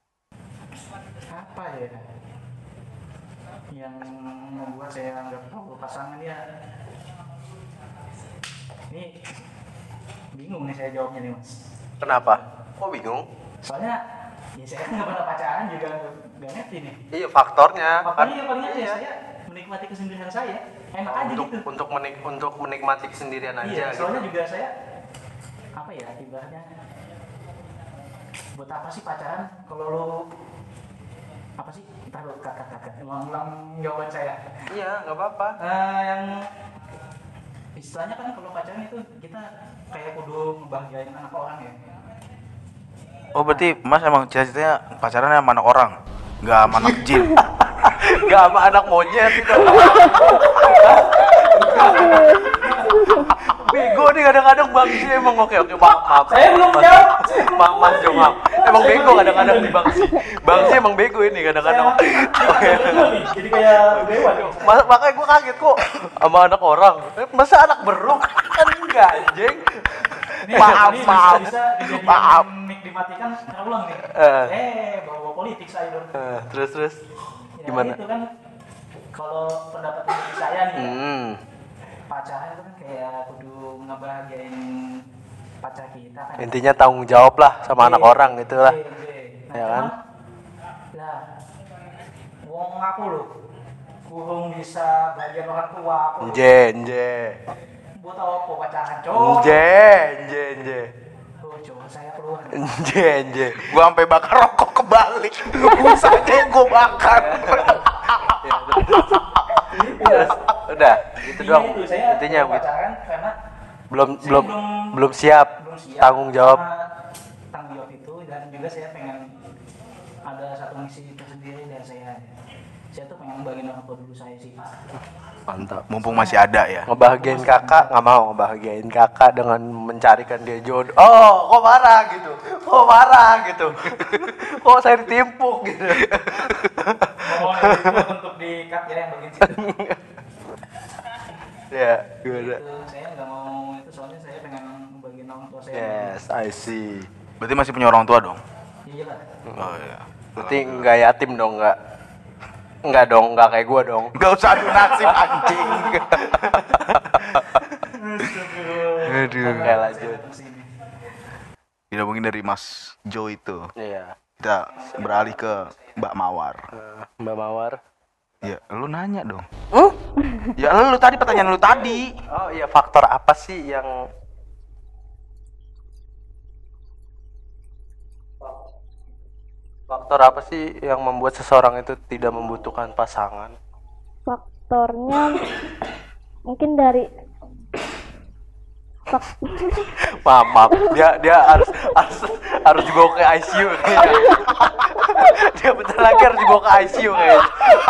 Apa ya yang membuat saya nggak perlu pasangan ya? Ini bingung nih saya jawabnya nih Mas. Kenapa? Kok bingung? Soalnya ya saya nggak pernah pacaran juga nggak ngerti nih. Iya, faktornya kan. Makanya yang paling aja Iya. saya menikmati kesendirian saya. Enak aja untuk gitu. untuk menik untuk menikmati kesendirian aja Iya, gitu. soalnya juga saya apa ya ibaratnya buat apa sih pacaran kalau lu apa sih taruh kakak-kakak ulang-ulang jawaban saya. Iya, nggak apa-apa. Eh, yang istilahnya kan kalau pacaran itu kita kayak kudu ngebahagiain anak orang ya. Oh berarti Mas emang cita-citanya pacarannya sama anak orang, nggak sama anak jin. Nggak sama anak monyet itu. Bego nih kadang-kadang Bang sih emang. Oke oke maaf maaf. Saya belum Mas- jawab. Maaf Mas Jo maaf. Emang bego kadang-kadang nih Bang sih. Bang sih emang bego ini kadang-kadang. Oke. Jadi kayak dewa dong. Ma- makanya gue kaget kok sama anak orang. Eh, masa anak beruk kan enggak anjing. Ini Maaf ini maaf. bisa dijadiin Maaf. mic dimatikan karena ulang nih. Eh. Eh, bawa politik saya dong. Eh, terus terus Ya, gimana? itu kan kalau pendapat saya nih, Hmm. pacaran itu kan kayak kudu ngebahagiain pacar kita kan. Intinya tanggung jawab lah sama anak Iya, orang gitu lah. iya, iya. Nah, Ya kan? cuman, lah, wong aku loh, kurung bisa bagian orang tua aku. loh. Nje nje. Buat apa pacaran, cowok? Nje nje nje. Oh, cowok saya keluar. Nje nje. Gua sampai bakar rokok kebalik. Usahanya gua bakar. Terus, udah gitu Intinya doang. itu, saya Intinya mau gitu. pacaran karena Belum saya belum belum- belum siap belum siap tanggung jawab. sama tanggung jawab itu, dan juga saya pengen ada satu misi tersendiri dari saya. Saya tuh pengen ngebagiin orang tua dulu saya sih. Mantap. Mumpung masih ada ya. Ngebahagiain kakak nggak mau ngebahagiain kakak dengan mencarikan dia jodoh. Oh, kok marah gitu? Kok marah gitu? Kok saya ditimpuk gitu? Ngomong itu untuk di cut ya yang bagian situ. Ya, gimana? Itu saya nggak mau itu, soalnya saya pengen ngebagiin orang tua saya. Yes, I see. Berarti masih punya orang tua dong. Iya lah. Oh iya. Berarti nggak yatim dong, nggak? Nggak dong, nggak kayak gua dong. Gak usah adu nasib anjing. Aduh. Oke, lanjut. Tidak mungkin dari Mas Jo itu. Iya. Kita beralih ke Mbak Mawar. Eh, Mbak Mawar. Ya, lu nanya dong. Huh? Ya lu tadi pertanyaan lu tadi. Oh iya, faktor apa sih yang faktor apa sih yang membuat seseorang itu tidak membutuhkan pasangan? Faktornya mungkin dari fak- Maaf, maaf. Dia dia harus harus harus dibawa ke I C U kayaknya. Dia bentar lagi harus dibawa ke I C U kayaknya.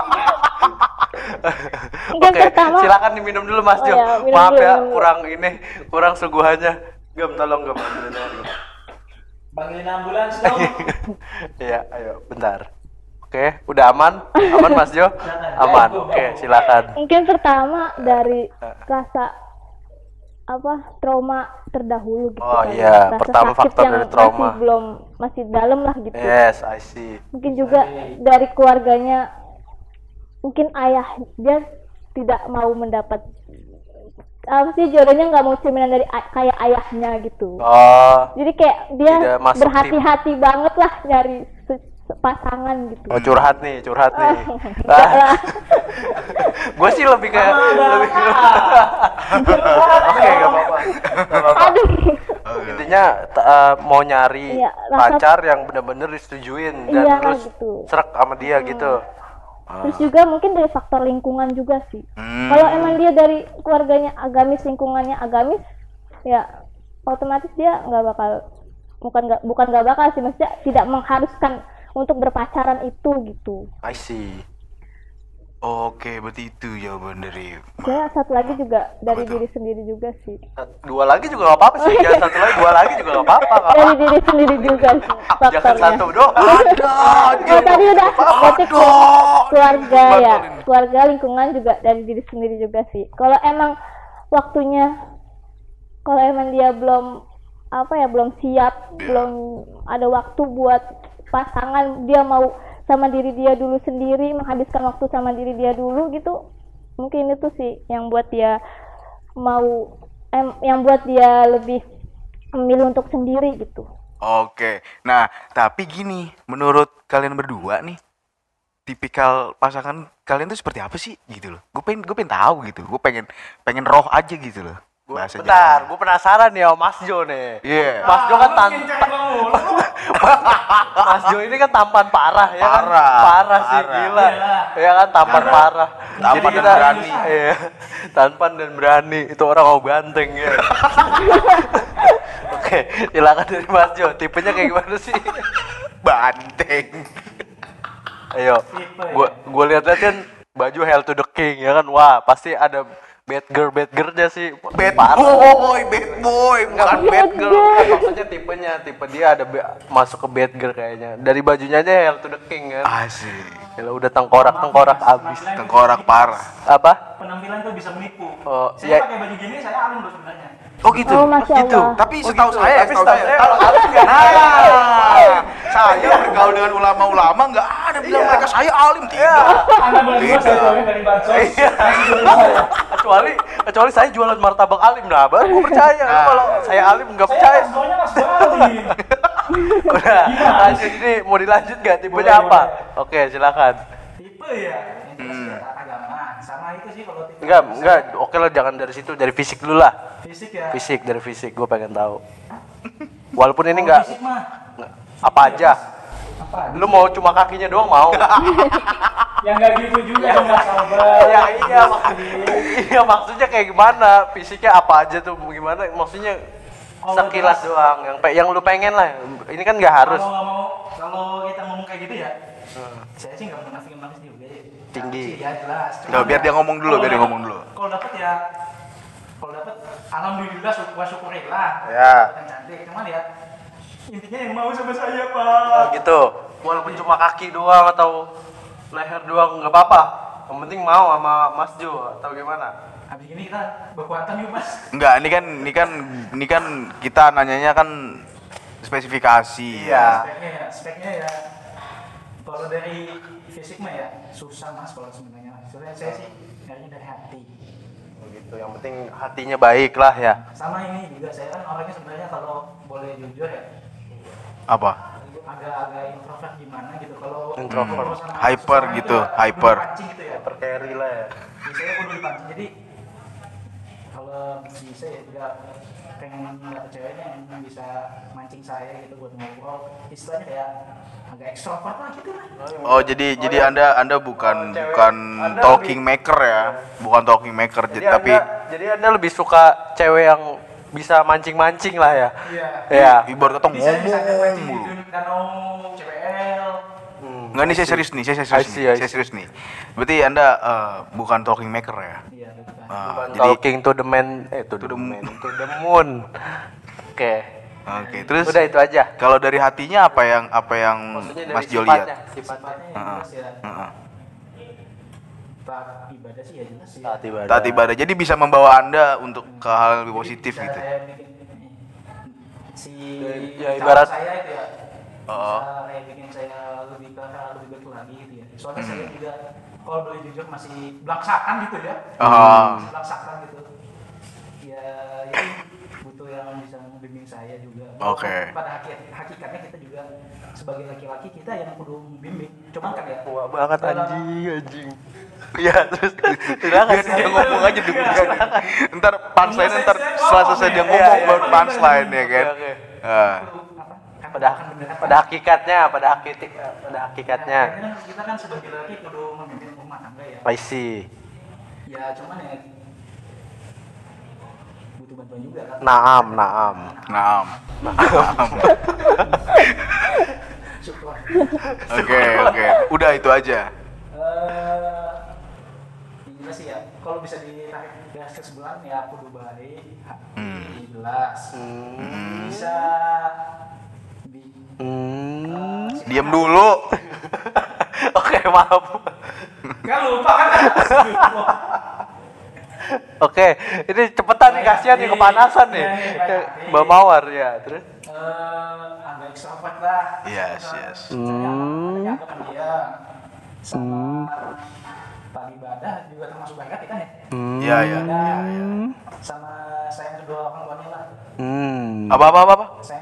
Mungkin Oke, pertama- silakan diminum dulu Mas Oh Jo. ya, minum Maaf dulu, ya, minum dulu. kurang ini, kurang suguhannya. Gem, tolong gem. Panggilin ambulans dong. Iya, ayo, bentar. Oke, udah aman? Aman Mas Jo? Aman. Oke, silakan. mungkin pertama dari rasa apa trauma terdahulu gitu Oh kali. iya, Rasa pertama sakit faktor yang dari trauma. masih belum masih dalam lah gitu. Yes, I see. Mungkin juga dari keluarganya, mungkin ayah dia tidak mau mendapat apa sih jodohnya, nggak mau cerminan dari a- kayak ayahnya gitu. Oh, Jadi kayak dia Tidak masuk berhati-hati banget lah nyari se- se- pasangan gitu. oh curhat nih, curhat nih. Enggak lah. Gue sih lebih kayak lebih ke Oke, gak apa-apa. Gak apa-apa. Aduh. Intinya t- eh, mau nyari Iya, rasa- pacar yang bener-bener disetujuin dan Iya, terus gitu. serak sama dia gitu. Terus juga mungkin dari faktor lingkungan juga sih. Hmm. Kalau emang dia dari keluarganya agamis, lingkungannya agamis, ya otomatis dia nggak bakal, bukan nggak bukan nggak bakal sih, maksudnya tidak mengharuskan untuk berpacaran itu gitu. I see. Oke, berarti itu jawaban dari Ya satu lagi juga dari Apa tuh? diri sendiri juga sih. Dua lagi juga gak apa-apa sih. Jangan satu lagi, dua lagi juga gak apa-apa. nggak Dari apa-apa. diri sendiri juga sih Jangan faktornya. satu doang. Oh, tadi udah berarti keluarga ya, Bantuin. keluarga, lingkungan juga dari diri sendiri juga sih. Kalau emang waktunya, kalau emang dia belum apa ya, belum siap, belum ada waktu buat pasangan, dia mau sama diri dia dulu sendiri, menghabiskan waktu sama diri dia dulu gitu, mungkin itu sih yang buat dia mau em, yang buat dia lebih memilih untuk sendiri gitu. Oke. Nah, tapi gini, menurut kalian berdua nih, tipikal pasangan kalian tuh seperti apa sih gitu loh? Gue pengen gue pengen tahu gitu. Gue pengen pengen roh aja gitu loh. Gua, Bahasa bentar, Jawa. gue penasaran nih sama Mas Jo nih. Iya. Mas Jo kan tan Mungkin cari bang mulu. Mas Jo ini kan tampan parah ya kan? Parah, Parah sih parah. gila. Iyalah. Ya kan tampan Karena- parah. Tampan Jadi dan kita- berani. Iya. Tampan dan berani. Itu orang mau ganteng ya. Oke, silakan dari Mas Jo. Tipenya kayak gimana sih? Banteng. Ayo. Tipe, Gua gua lihat-lihat kan baju Hell to the King ya kan. Wah, pasti ada bad girl bad girlnya sih. Bad Parah. boy, bad boy, bukan bad girl. Kan maksudnya tipenya, tipe dia ada be- masuk ke bad girl kayaknya. Dari bajunya aja Hell to the King kan. Asik. Gila, udah tengkorak-tengkorak abis. Penampilan- Tengkorak parah. Apa? Penampilan tuh bisa menipu. Oh, Saya iya. pakai baju gini saya alim loh sebenarnya. Oh gitu. Oh, Masya gitu. Allah. Tapi Oh, setahu gitu. saya, Tapi setahu setahu saya. saya kalau alim nggak Nah, ada. saya bergaul dengan ulama-ulama nggak ada bilang Iya. mereka saya alim tidak. Anda boleh Beda. saya jauhin dari bansos. Iya. Kasih dulu saya. kecuali kecuali saya jualan martabak alim, nah baru gue percaya. Nah. Kalau saya alim nggak Saya percaya. kasbonya mas Bali. Udah, lanjut ini mau dilanjut nggak? Tipenya Boleh, apa? boleh. Oke, silakan. Tipe ya. Yang jelas ya tata agama. Sama itu sih kalau tipe. Enggak, enggak. Oke lah, jangan dari situ, dari fisik dulu lah. Fisik ya. Fisik, dari fisik, gue pengen tahu. Walaupun ini Kalau enggak, Fisik mah. apa aja. Apa? Lu mau cuma kakinya doang mau? Yang nggak gitu juga dong mas sabar. Ya iya, mak- iya maksudnya kayak gimana? Fisiknya apa aja tuh? Gimana? Maksudnya Kalau sekilas jelas- doang, yang pe- yang lu pengen lah. Ini kan nggak harus. Kalau nggak mau, kalau kita ngomong kayak gitu ya, saya sih nggak munafik banget juga ya. Tinggi. Sih, ya jelas. Udah, biar dia ngomong dulu, kalau biar dia dapet- ngomong dulu. Kalau dapat ya, kalau dapat, alhamdulillah syukur syukurillah. Ya. Yang cantik, cuman ya intinya yang mau sama saya Oh, pak. gitu. Walaupun cuma kaki doang atau leher doang nggak apa-apa. Yang penting mau sama Mas Jo atau gimana? Habis ini kita berkuatan yuk mas. Enggak, ini kan ini kan ini kan kita nanyanya kan spesifikasi Iya. ya. Speknya ya, speknya ya. Kalau dari fisik mah ya susah mas kalau sebenarnya. Sebenarnya saya sih nyarinya dari hati. Oh, gitu. Yang penting hatinya baik lah ya. Sama ini juga saya kan orangnya sebenarnya kalau boleh jujur ya Apa? agak-agak introvert gimana gitu kalau Introvert. kalau sama Hyper seseorang gitu, itu ya, hyper. kudu dipancing gitu ya Tercarry lah ya. biasanya kudu dipancing jadi kalau bisa ya juga pengen dapet ceweknya yang bisa mancing saya gitu buat ngobrol istilahnya kayak agak ekstrovert lah gitu lah Oh, jadi jadi Anda Anda bukan Oh, cewek. bukan Anda talking lebih- maker ya. Bukan talking maker Jadi j- tapi anda, jadi anda lebih suka cewek yang bisa mancing-mancing lah ya. iya Iya. ibarat kata jadi saya bisa ngomong mancing mulu. di danau C W L Hmm. Enggak nih, saya serius nih, saya serius I see, nih. I Saya see. serius nih. Berarti Anda eh, bukan talking maker ya? iya gitu kan Ah, Bukan jadi talking to the man, eh to, the, the man, to the moon. Oke. Oke, terus Udah itu aja. kalau dari hatinya apa yang apa yang Maksudnya dari Mas Jo sifatnya, lihat? sifatnya. sifatnya yang Heeh. jelas ya Heeh. taat ibadah sih ya jelas ya Taat ibadah. Taat ibadah. Jadi bisa membawa Anda untuk ke hal yang lebih positif Bisa gitu. saya bikin si Ya, calon ibarat- saya itu ya Oh. bisa kayak bikin saya lebih ke arah lebih baik lagi gitu ya soalnya saya juga kalau boleh jujur masih belaksakan gitu ya Ah. masih belaksakan gitu ya ini butuh yang bisa membimbing saya juga Oke. Walaupun pada hakikat, hakikatnya kita juga sebagai laki-laki kita yang kudu membimbing cuman kan ya Tua banget dalam- anjing, anjing. Iya, terus silakan. Biar dia ngomong aja dulu. Ntar punchline Iya, ntar saya- saya setelah ngomong selesai ya. dia Iya, ngomong iya. baru punchline ya kan. Oke, oke. Ah. itu apa kan Pada akan beneran pada hakikatnya, pada hakikat pada hakikatnya. Ya, akhirnya kita kan sebagai laki kudu memimpin rumah tangga ya. I see. Ya cuman ya butuh bantuan juga kan. Naam, naam. Naam. Syukur. Oke, oke. Udah itu aja. Eh, yang jelas sih ya. Kalau bisa ditarik garis kesimpulan ya kudu baik, Hmm. jelas. Hmm. Bisa di Hmm. eh, Diam dulu. Oke, maaf. Kan lupa kan? Oke, ini cepetan nih, kasihan nih kepanasan nih. Iya, iya, iya. Mbak Mawar ya, terus. Eh, agak ekstrovert lah. Yes, yes. Hmm. Agak pendiam. Sama Pak ibadah juga termasuk baik hati kan ya? Iya, iya. Ada sama sayang kedua orang tuanya lah. Hmm. Apa apa apa apa? Sayang sama kedua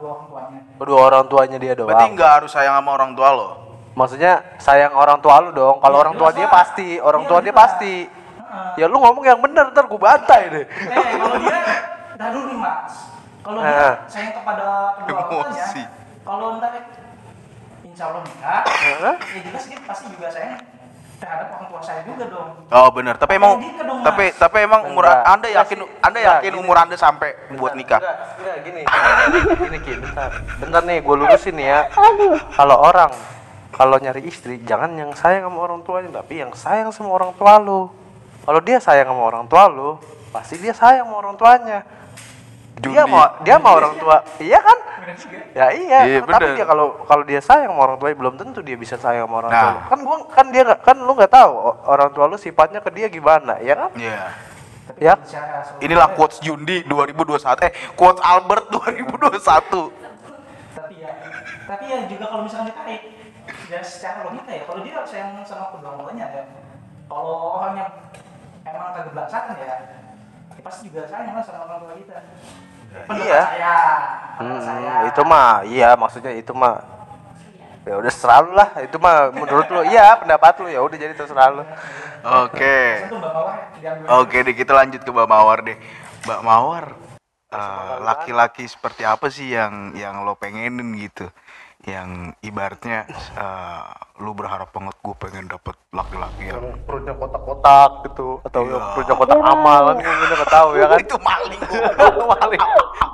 kedua orang tuanya. Kedua orang tuanya dia doang. Berarti nggak harus sayang sama orang tua lo. Maksudnya sayang orang tua lu dong. Kalau Iya, orang tua jelas dia lah. pasti, orang Iya, tua dia jelas. pasti. Ya lu ngomong yang bener, ntar gue bantai deh. Eh kalau dia, dah dulu nih mas. Kalau Eh. dia sayang kepada kedua orang tuanya, Emosi. kalau ntar insya Allah nikah, Hah? ya jelas dia pasti juga sayang terhadap orang tua saya juga dong. Oh benar. Tapi emang Gitu dong, Mas. tapi tapi emang umur Enggak. Anda yakin Anda Enggak, yakin gini. umur Anda sampai buat nikah? Enggak, enggak gini. Gini Ki, bentar. Bentar nih, gue lurusin nih ya. Aduh, Kalau orang kalau nyari istri jangan yang sayang sama orang tuanya, tapi yang sayang sama orang tua lu. Kalau dia sayang sama orang tua lu, pasti dia sayang sama orang tuanya. Dia Judi. mau dia mau orang tua, iya kan? Ya iya, Iya, tapi bener. dia kalau kalau dia sayang sama orang tuanya belum tentu dia bisa sayang sama orang Nah. tua. lu. Kan gua kan dia nggak kan lu nggak tahu o- orang tua lu sifatnya ke dia gimana, ya kan? Iya. Tapi Ya. secara sosial- Inilah quotes Jundi dua ribu dua puluh satu. Eh, quotes Albert dua ribu dua puluh satu. Tapi ya, tapi ya juga kalau misalnya ditarik, ya secara logika ya, kalau dia sayang sama kedua orang tuanya ya, kalau orangnya emang kagak belaksakan ya, ya pasti juga sayang lah sama orang tua kita. Pendapat Iya. saya, pendapat Hmm, saya. itu mah iya maksudnya itu mah ya udah serah lu lah, itu mah menurut lu iya pendapat lu, ya udah jadi terserah lu. Oke. Itu Mbak Mawar yang gue- Oke deh, kita lanjut ke Mbak Mawar deh. Mbak Mawar, eh, laki-laki seperti apa sih yang yang lo pengenin gitu? Yang ibaratnya eh, lu berharap banget gue pengen dapet laki-laki yang Perutnya kotak-kotak gitu atau Iya. yang perutnya kotak Iya. amal kan gue udah nggak tahu ya kan. itu maling. Maling.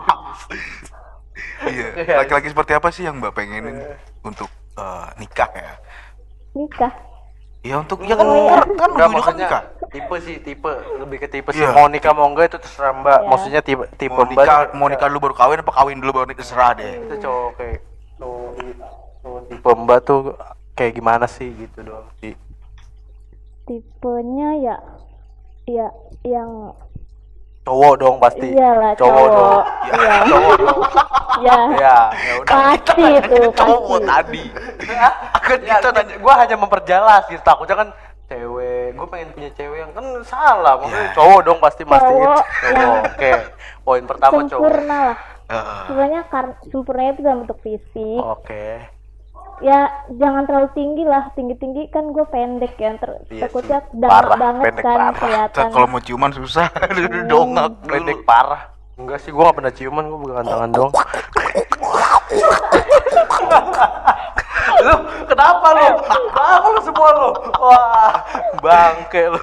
Iya, laki-laki seperti apa sih yang Mbak pengenin untuk eh, nikah ya? nikah. Ya untuk ya kan Oh, iya. kan Enggak, ujungnya kan maksudnya nikah. tipe sih tipe lebih ke tipe sih Iya. mau nikah mau enggak itu terserah mbak. Iya. Maksudnya tipe tipe Mau mbak nikah, tuh- mau nikah dulu baru kawin apa kawin dulu baru nikah, terserah deh. itu cowok kayak cowok cowok tipe mbak tuh kayak gimana sih gitu doang sih. Tipenya ya, ya yang Cowok dong pasti. iyalah cowok cowok. dong. Iya, Cowok dong. ya, Ya, ya udah. pasti itu Cowok pasti. tadi. Kan Ya, kita nanya gue hanya memperjelas gitu, takutnya kan cewek, gue pengen punya cewek yang kan salah, maksudnya Ya. cowok dong pasti mastiin Cowok cowok. yang- Oke, poin pertama cowok. Sempurna lah. Heeh. Sebenarnya kar- sempurnanya itu dalam bentuk fisik. Oke. Ya jangan terlalu tinggi lah, tinggi-tinggi kan gue pendek ya, ter- Iya takutnya sih. dangak Parah, banget pendek kan parah. kelihatan. kalau mau ciuman susah, dongak dulu. Pendek parah. Enggak sih, gue gak pernah ciuman, gue pegangan tangan dong. Lu kenapa lu? Kenapa lu semua lu? Wah, bangke lu.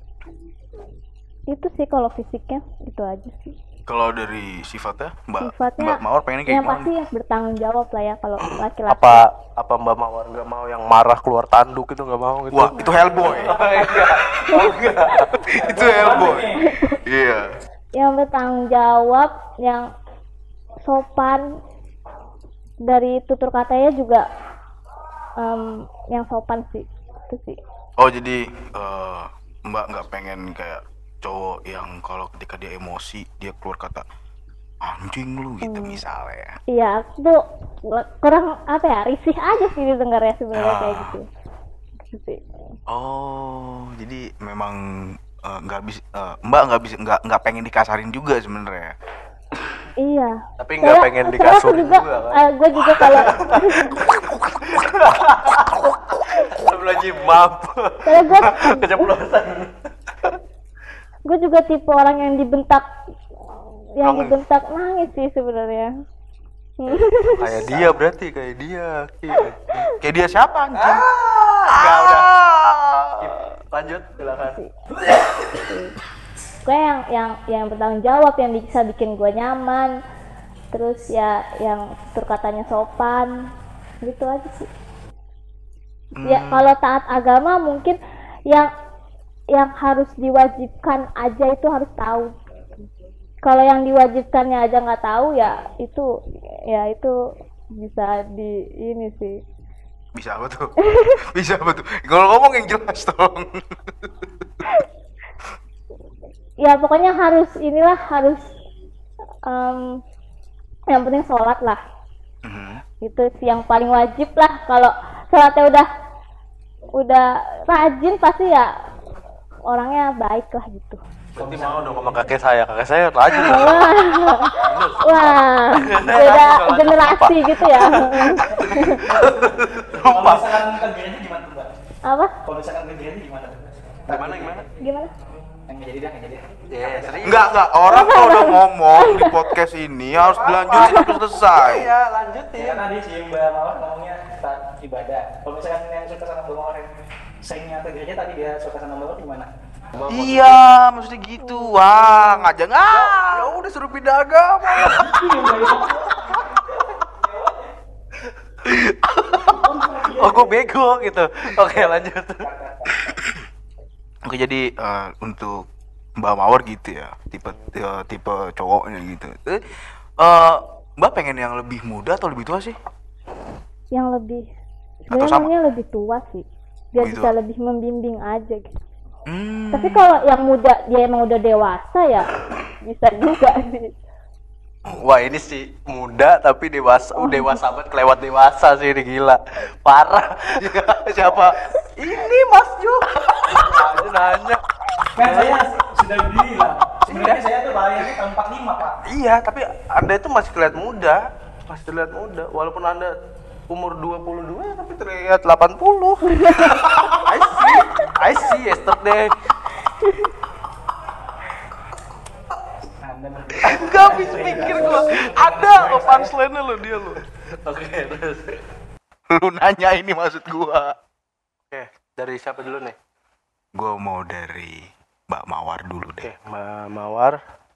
Itu sih kalau fisiknya itu aja sih. Kalau dari sifatnya, Mbak Sifatnya Mbak Mawar pengen kayak yang gimana? pasti bertanggung jawab lah ya kalau laki-laki. Apa apa Mbak Mawar nggak mau yang marah keluar tanduk itu nggak mau gitu? Wah, itu Hellboy. enggak. Oh, enggak. itu Hellboy. Iya. Yang bertanggung jawab, yang sopan, dari tutur katanya juga em, yang sopan sih itu sih. Oh, jadi eh, Mbak nggak pengen kayak cowok yang kalau ketika dia emosi dia keluar kata anjing lu gitu misalnya. Iya, itu kurang apa ya, risih aja sih didengarnya sebenarnya Ah. kayak gitu. Gitu sih. Oh, jadi memang eh, nggak bisa eh, Mbak nggak bisa nggak nggak pengen dikasarin juga sebenarnya. Iya. Tapi nggak Saya- pengen saya dikasurin juga, juga kan? eh, gue juga kalau Belum lagi maaf. kalau gue Keceplosan. gue juga tipe orang yang dibentak, yang Nangis. dibentak nangis sih sebenarnya. Kayak dia berarti kayak dia. Ki. Kayak dia siapa anjing? Enggak udah. Lanjut silakan. Gue yang yang yang bertanggung jawab, yang bisa bikin gue nyaman, terus ya yang tutur katanya sopan, gitu aja sih. Ya kalau taat agama mungkin yang yang harus diwajibkan aja itu harus tahu. Kalau yang diwajibkannya aja nggak tahu ya itu ya itu bisa di ini sih. Bisa apa tuh? Bisa apa tuh? Kalau ngomong yang jelas dong. Ya pokoknya harus inilah harus em, yang penting sholat lah. Mhm. Itu sih yang paling wajib lah. Kalau sholatnya udah udah rajin pasti ya orangnya baik lah gitu. Berarti mau dong sama kakek saya, kakek saya rajin. Wah, wah, beda generasi gitu ya. Kalau misalkan kerjanya gimana tuh, Mbak? Apa? Kalau misalkan kerjanya gimana tuh? Gimana gimana? Gimana? Yang nggak jadi dah, nggak jadi. Ya, serius. Enggak, enggak. Orang kalau udah ngomong di podcast ini harus dilanjutin sampai selesai. Iya, lanjutin. Ya, karena dia si Mbak Mawar ngomongnya saat ibadah. Kalau misalkan yang suka sama Mbak Mawar yang saingnya kerjanya tadi dia suka sama Mbak Mawar gimana? Iya, maksudnya gitu. Wah, ngajak ah. Ya udah suruh pindah agama. Oh, gue bego gitu. Oke, lanjut. Oke, jadi eh, untuk Mbak Mawar gitu ya, tipe eh, tipe cowoknya gitu. Eh, eh, Mbak pengen yang lebih muda atau lebih tua sih? Yang lebih, Atau sebenarnya sama? maunya lebih tua sih. Biar Lebih bisa tua. lebih membimbing aja gitu. Hmm. Tapi kalau yang muda dia emang udah dewasa ya bisa juga sih. Wah, ini sih muda tapi dewasa, oh. dewasa banget, kelewat dewasa sih, ini gila. Parah. Siapa? Ini Mas Jo. Aja nanya. Kan saya sudah bilang, sebenarnya saya tuh lahirnya tahun empat puluh lima, Pak. Iya, tapi Anda itu masih kelihatan muda. Masih terlihat muda walaupun Anda umur dua puluh dua ya, tapi terlihat delapan puluh. I see. I see yesterday. Anda ber- Enggak habis pikir gua. Ada lo punchline-nya lo dia lo. Oke, terus. Lu nanya ini maksud gua. Oke, dari siapa dulu nih? Gua mau dari Mbak Mawar dulu Oke, deh. Mbak Mawar.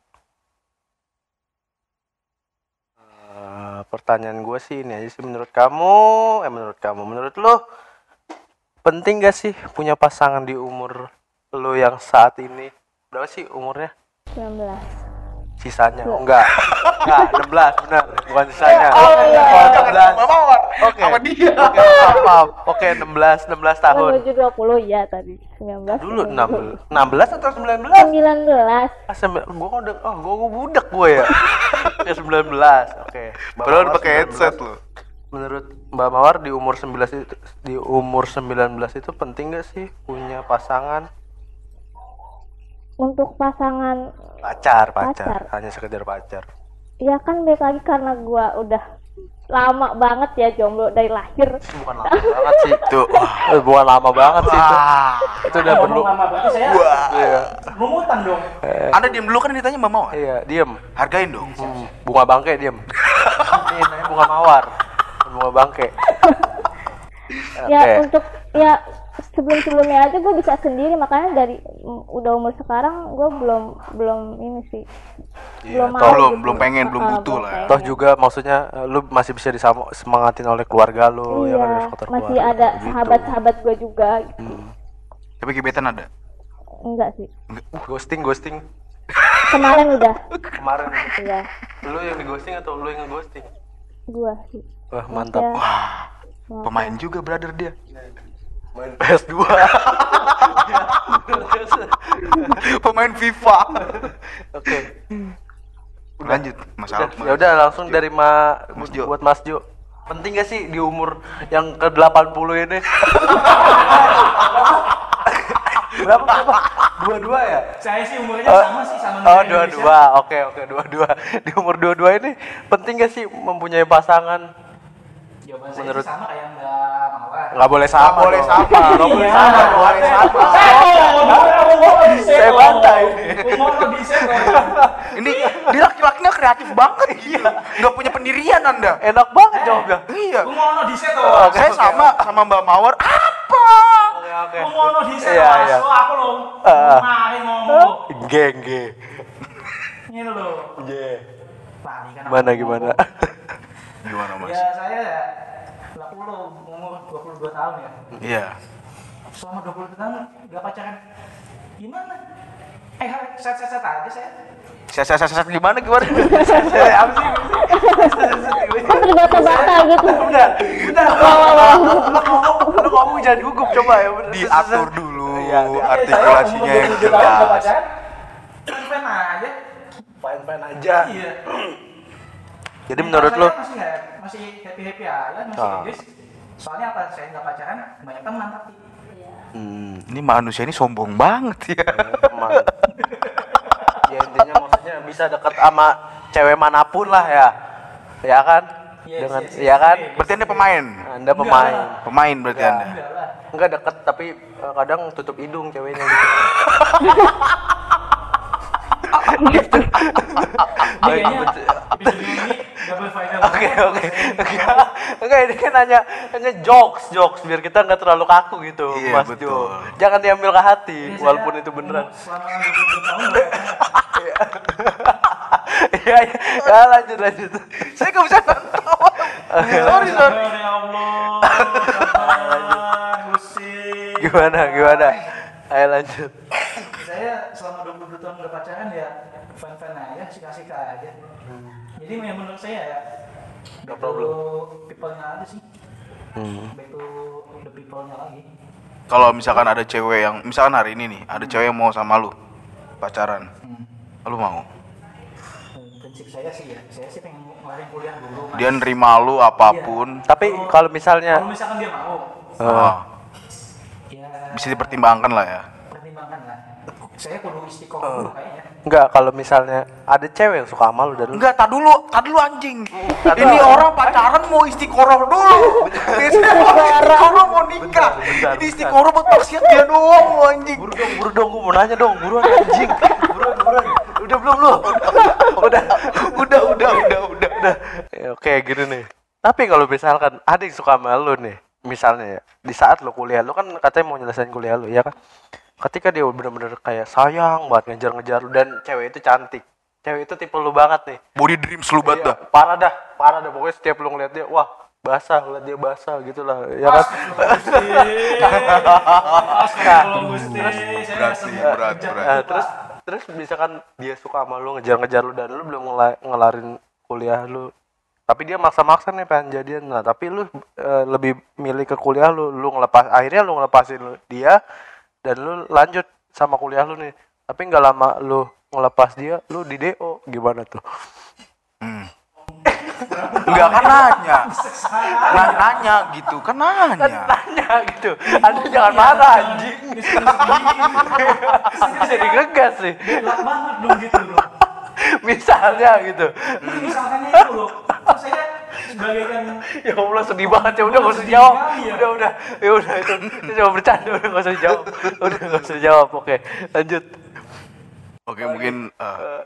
Eh, pertanyaan gue sih ini aja sih, menurut kamu, eh menurut kamu, menurut lo penting gak sih punya pasangan di umur lo yang saat ini? Berapa sih umurnya? sembilan belas. Sisanya? Oh, enggak. Enggak, enam belas benar, bukan sisanya. Oh, Oh, enam belas. Mbak Mawar. Oke. Sama dia. Oke, maaf, maaf. Oke, enam belas, enam belas tahun. Menuju dua puluh ya tadi. sembilan belas. Dulu enam belas. enam belas atau sembilan belas? sembilan belas. Ah, sembilan, gua kan udah, oh, gua, gua budak gua ya. Oke, sembilan belas. Oke. Mbak Padahal Mawar pakai sembilan headset belas. lu. Menurut Mbak Mawar di umur sembilan belas itu, di umur sembilan belas itu penting gak sih punya pasangan? Untuk pasangan Pacar, pacar, Pacar. hanya sekedar pacar. ya kan balik lagi karena gua udah lama banget ya jomblo dari lahir. Bukan lama banget sih. Tuh. Wah. Eh, bukan lama banget sih itu. Wah. Itu udah perlu. ngomong sama berarti saya Wah. Iya. rumutan dong. Anda diam dulu kan ditanya Mbak Mawar. Iya, diem. Hargain dong. Hmm, bunga bangke diem. Ini namanya bunga mawar. Bunga bangke. Ya Oke. untuk ya sebelum-sebelumnya aja gue bisa sendiri, makanya dari mm, udah umur sekarang gue belum belum ini sih. Iya, belum toh mau belum gitu. belum pengen, belum Ah, butuh lah ya. pengen. Toh juga maksudnya eh, lu masih bisa disemangatin oleh keluarga lu, ya kan, ada Iya, faktor masih keluarga, ada gitu. sahabat-sahabat gue juga gitu. Hmm. Tapi gebetan ada. Enggak sih, Uh, ghosting, ghosting. kemarin udah. Kemarin Iya, lu yang di ghosting atau lu yang nge-ghosting? gue sih. Wah, mantap. Ya, Wah, maaf. pemain juga brother dia. Main P S dua. Pemain FIFA. Oke. Lanjut masalah. Ya udah langsung dari Ma Mas Jo. buat Mas Jo. Penting gak sih di umur yang ke delapan puluh ini? Berapa berapa? Dua-dua ya? Saya sih umurnya Oh, sama sih sama oh negara dua Indonesia. dua, oke oke dua dua. Di umur dua dua ini penting gak sih mempunyai pasangan? Jawaban saya Menurut- sih sama kayak Mbak Mawar. Nggak boleh sama. Nggak boleh dong. sama. Nggak boleh Iya. sama. Nggak boleh sama. Saya bantah ini. Ini dia laki-lakinya kreatif banget. Iya. Nggak punya pendirian Anda. Enak banget jawabnya. Iya. Gue mau di set tuh. Oke, Saya oke. sama sama Mbak Mawar. Apa? Oke oke. Gue mau di set Iya, tuh. iya. So aku loh. Ah. Kemarin ngomong. Geng geng. Ini loh. Yeah. Lari kan. Gimana aku gimana? ngomong. Gimana Mas? Ya saya ya laku lo umur dua puluh dua tahun ya. Iya. Selama dua puluh dua tahun gak pacaran. Gimana? Eh, set-set aja saya. Saya saya saya gimana gimana? Apa sih? kan terbata-bata gitu. Udah, udah. Lo ngomong, lo ngomong jangan gugup coba ya. Diatur dulu Iya, di- artikulasinya yang Saya umur dua puluh dua tahun gak jelas. pacaran. Fan-fan aja. Fine-fine aja. Iya. Jadi menurut Saya lo, masih nggak masih happy happy aja masih Ah. Inggris. Soalnya apa? Saya nggak pacaran banyak teman tapi Hmm. Ini manusia ini sombong banget ya. Emang. Ya intinya maksudnya bisa deket sama cewek manapun lah ya. Ya kan? Yes, Dengan yes, yes. ya kan? Berarti Anda pemain. Anda pemain. Pemain berarti Ya. Anda. Enggak lah. Enggak deket tapi eh, kadang tutup hidung ceweknya gitu. Ini kayaknya episode ini double final. Oke oke. Enggak, enggak ini kan hanya hanya jokes jokes biar kita nggak terlalu kaku gitu, Iya, Mas betul. Jo. Jangan diambil ke hati Ini saya walaupun itu beneran. umur Selama dua puluh tahun nggak Iya iya. Ya lanjut lanjut. Saya nggak bisa nonton. Sorry sorry. Ya Allah. Sabar, Gusti. Gimana gimana? Ayo lanjut. Saya selama dua puluh tahun udah pacaran ya fan-fan aja, suka-suka aja. Jadi yang menurut saya ya No back to problem. people-nya aja sih. Hmm. Back to the people-nya lagi. Kalau misalkan ada cewek yang misalkan hari ini nih, ada cewek yang mau sama lu pacaran. Hmm. Lu mau? Dan prinsip saya sih ya, saya sih pengen ngelarin kuliah dulu. Mas. Dia nerima lu apapun. Tapi kalau misalnya Kalau misalkan dia mau, Oh, ya bisa dipertimbangkan lah ya. pertimbangkan lah. Saya kudu istiqomah dulu kayaknya. enggak kalau misalnya ada cewek yang suka sama lu dan lu Enggak, tak dulu, tak dulu anjing. tak Ini dulu. orang pacaran mau istiqoroh dulu. Biasanya mau istiqoroh mau nikah. bentar, Ini istiqoroh buat maksiat dia doang lu anjing. buru dong buru dong gua mau nanya dong buruan anjing buruan buruan udah belum lu udah udah udah udah udah udah ya, oke gini nih tapi kalau misalkan ada yang suka sama lu nih misalnya ya di saat lu kuliah lu kan katanya mau nyelesain kuliah lu ya kan ketika dia bener-bener kayak sayang banget ngejar-ngejar lu dan cewek itu cantik cewek itu tipe lu banget nih Body dreams lu banget Iya, dah. parah dah parah dah pokoknya setiap lu ngeliat dia wah basah ngeliat dia basah gitu lah ya kan Astagfirullah Gusti. Saya berat nggak sih, sempat berat, ngejar berat. itu, Nah, Pak. terus terus misalkan dia suka sama lu ngejar-ngejar lu dan lu belum ngela- ngelarin kuliah lu tapi dia maksa-maksa nih pengen jadian nah tapi lu eh, lebih milih ke kuliah lu lu ngelepas akhirnya lu ngelepasin lu- dia dan lu lanjut sama kuliah lu nih tapi nggak lama lu ngelepas dia lu di D O gimana tuh Hmm. Enggak kan nanya. Nah, nanya gitu, kan nanya. tanya gitu anda jangan marah anjing jadi ngegas sih Gelap banget dong gitu dong. misalnya gitu Ini misalkannya itu loh. Terus saya sebagaikan ya Allah sedih banget ya udah nggak usah jawab Sedih udah udah ya udah itu itu cuma bercanda udah nggak usah jawab udah nggak usah jawab oke lanjut Oke, mungkin eh,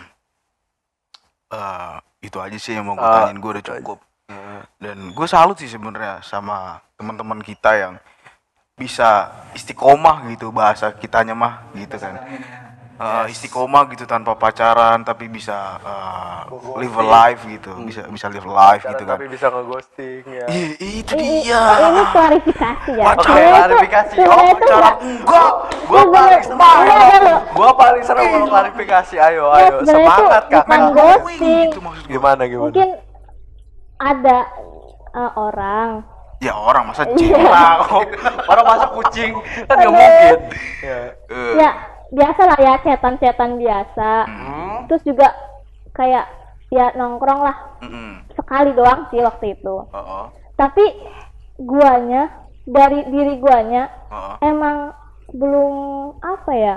eh, itu aja sih yang mau gue Ah, tanyain, gue udah cukup. Dan gue salut sih sebenarnya sama teman-teman kita yang bisa istiqomah gitu bahasa kitanya mah gitu kan. Eh, istiqomah gitu tanpa pacaran tapi bisa eh, live a life gitu, bisa bisa live life gitu kan. tapi bisa ngeghosting ya Ih, itu I- i- dia. ini klarifikasi ya. Oke, Sebenarnya itu- klarifikasi. sebenarnya Oh, itu pacaran nggak- enggak. Gua sebenarnya- paling enggak, enggak, enggak. gua paling seneng kalau klarifikasi ayo Ya, ayo sebenarnya itu semangat bukan kakak ghosting. gitu maksud gua. gimana gimana Mungkin ada eh, orang Ya orang masa Iya. cinta kok. orang masa kucing kan nggak mungkin ya Eh, ya biasa lah ya cetan-cetan biasa. Hmm. Terus juga kayak ya nongkrong lah mm-mm. sekali doang sih waktu itu. Oh, Tapi guanya dari diri guanya oh, oh. emang belum apa ya?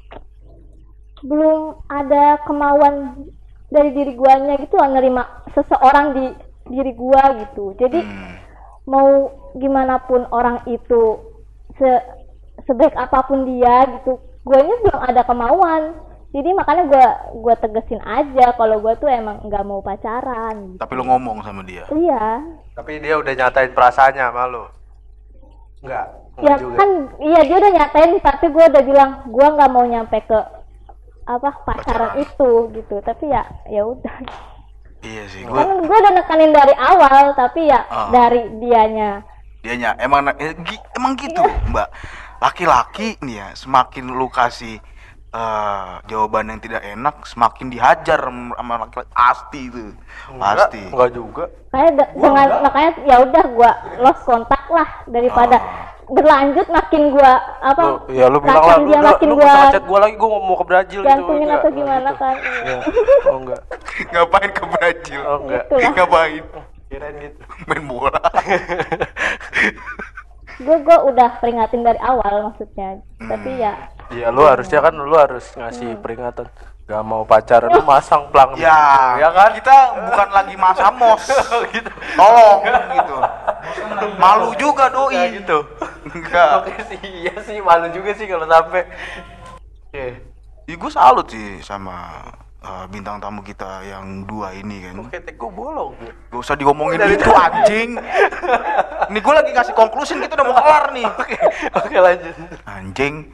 Belum ada kemauan dari diri guanya gitu lah nerima seseorang di diri gua gitu. Jadi Hmm. mau gimana pun orang itu se sebaik apapun dia gitu, guanya belum ada kemauan. Jadi makanya gua gua tegesin aja kalau gua tuh emang nggak mau pacaran. Tapi lo ngomong sama dia. Iya. tapi dia udah nyatain perasaannya sama lu enggak Ya enggak juga kan iya dia udah nyatain tapi gua udah bilang gua nggak mau nyampe ke apa pacaran Pacaran. itu gitu. Tapi ya ya udah. Iya sih, gue Kan gua udah nekanin dari awal tapi ya Ah. dari dianya. dianya emang eh, gi- emang gitu, Mbak. Laki-laki nih ya, semakin lu kasih eh, jawaban yang tidak enak, semakin dihajar sama laki-laki pasti itu. Pasti. enggak, enggak juga Kayak de- dengan makanya ya udah gua lost kontak lah daripada berlanjut makin gua apa lu, ya lu bilang lah makin lu, dia lu, makin lu gua bisa ngechat gua lagi gua mau ke Brazil gitu gantungin enggak, atau enggak gimana gitu. kan. Iya. oh enggak Ngapain ke Brazil? oh enggak Gitu lah. Ngapain? kirain gitu Main bola. gue gue udah peringatin dari awal maksudnya, tapi ya Iya, lu harusnya kan lu harus ngasih peringatan. Gak mau pacaran lu masang plang di Ya, situ, ya kan? kita bukan lagi masa mos. gitu. Tolong gitu. Malu juga doi. Gitu. Enggak. Oke sih, iya sih malu juga sih kalau sampai. Oke. Ya, gue salut sih sama uh, bintang tamu kita yang dua ini kan. Oke, tek gua bolong. Gak usah diomongin itu anjing. Ini gue lagi ngasih conclusion, kita udah mau kelar nih. Oke, oke lanjut. Anjing.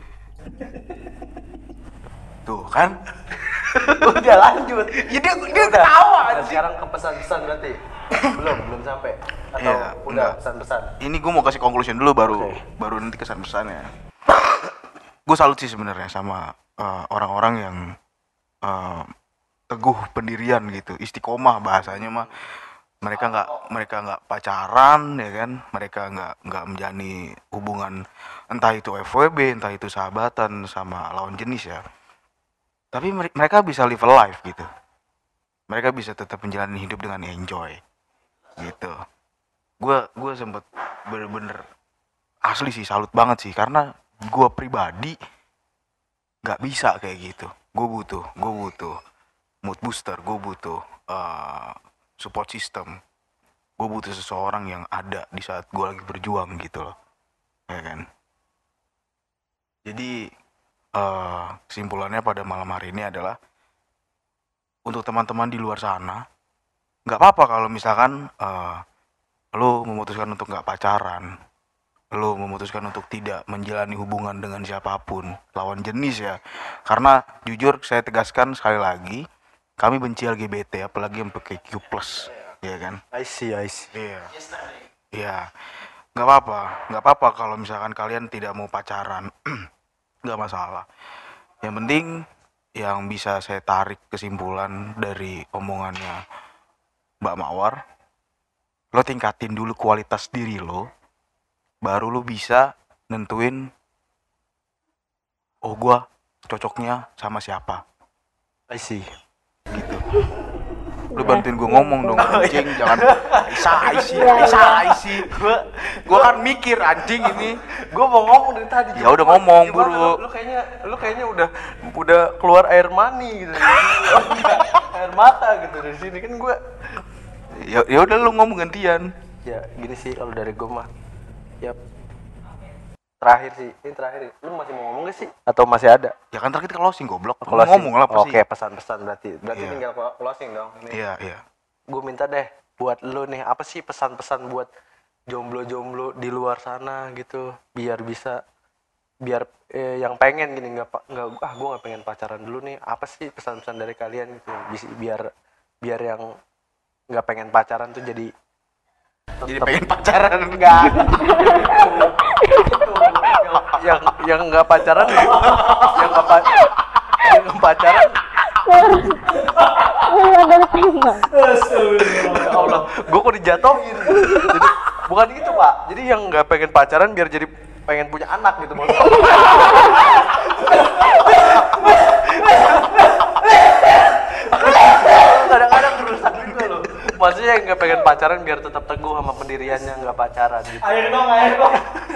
Tuh kan. Udah lanjut. Ya dia dia Udah. ketawa Nah, anjing. sekarang ke pesan-pesan berarti. belum, belum sampai. Atau Iya, udah enggak. pesan-pesan. Ini gue mau kasih conclusion dulu baru Oke. baru nanti kesan pesannya. Gue salut sih sebenarnya sama uh, orang-orang yang uh, teguh pendirian gitu, istiqomah bahasanya mah. Mereka nggak mereka nggak pacaran ya kan, mereka nggak nggak menjalani hubungan entah itu F W B, entah itu sahabatan sama lawan jenis ya. Tapi mere- mereka bisa live a life gitu. Mereka bisa tetap menjalani hidup dengan enjoy gitu. Gue gue sempet bener-bener asli sih salut banget sih, karena gue pribadi nggak bisa kayak gitu. Gue butuh gue butuh mood booster, gue butuh uh, support system, gue butuh seseorang yang ada di saat gue lagi berjuang gitu loh, ya kan. Jadi uh, kesimpulannya pada malam hari ini adalah untuk teman-teman di luar sana, nggak apa-apa kalau misalkan uh, lo memutuskan untuk nggak pacaran, lo memutuskan untuk tidak menjalani hubungan dengan siapapun lawan jenis ya, karena jujur saya tegaskan sekali lagi, kami benci L G B T, apalagi yang pakai Q plus, ya kan. I see, I see. Iya, iya, nggak apa-apa, nggak apa-apa kalau misalkan kalian tidak mau pacaran, nggak masalah. Yang penting yang bisa saya tarik kesimpulan dari omongannya Mbak Mawar, lo tingkatin dulu kualitas diri lo, baru lo bisa nentuin, oh gua cocoknya sama siapa, I see. gitu. Lu bantuin gue ngomong dong anjing, jangan Isa isi Iya, Isa iya. isi. Gua gua kan mikir anjing ini. Gua mau ngomong dari tadi. Ya udah ngomong, Gimana? buru. Lu kayaknya lu kayaknya udah udah keluar air mani gitu. Air mata gitu dari sini kan gua. Ya ya udah lu ngomong gantian. Ya gini sih kalau dari gua mah. Yap. Terakhir sih, ini terakhir. Lu masih mau ngomong gak sih? Atau masih ada? Ya kan ntar kita closing goblok. Lu Closing. ngomong lah apa sih? Oke, pesan-pesan berarti. Berarti Iya. tinggal clo- closing dong. Ini. Iya, iya. Gue minta deh buat lu nih, apa sih pesan-pesan buat jomblo-jomblo di luar sana gitu, biar bisa biar eh, yang pengen gini nggak pa- nggak ah gue nggak pengen pacaran dulu nih, apa sih pesan-pesan dari kalian gitu, Bis- biar biar yang nggak pengen pacaran tuh jadi Jadi tetep- pengen pacaran enggak yang yang nggak pacaran yang nggak pa- yang nggak pacaran ada tembak. ya Allah, gue kok dijatohin. Jadi bukan gitu pak, jadi yang nggak pengen pacaran biar jadi pengen punya anak gitu maksudnya. Kadang-kadang berusaha juga loh. Maksudnya yang nggak pengen pacaran biar tetap teguh sama pendiriannya, nggak pacaran gitu. Air dong, air dong.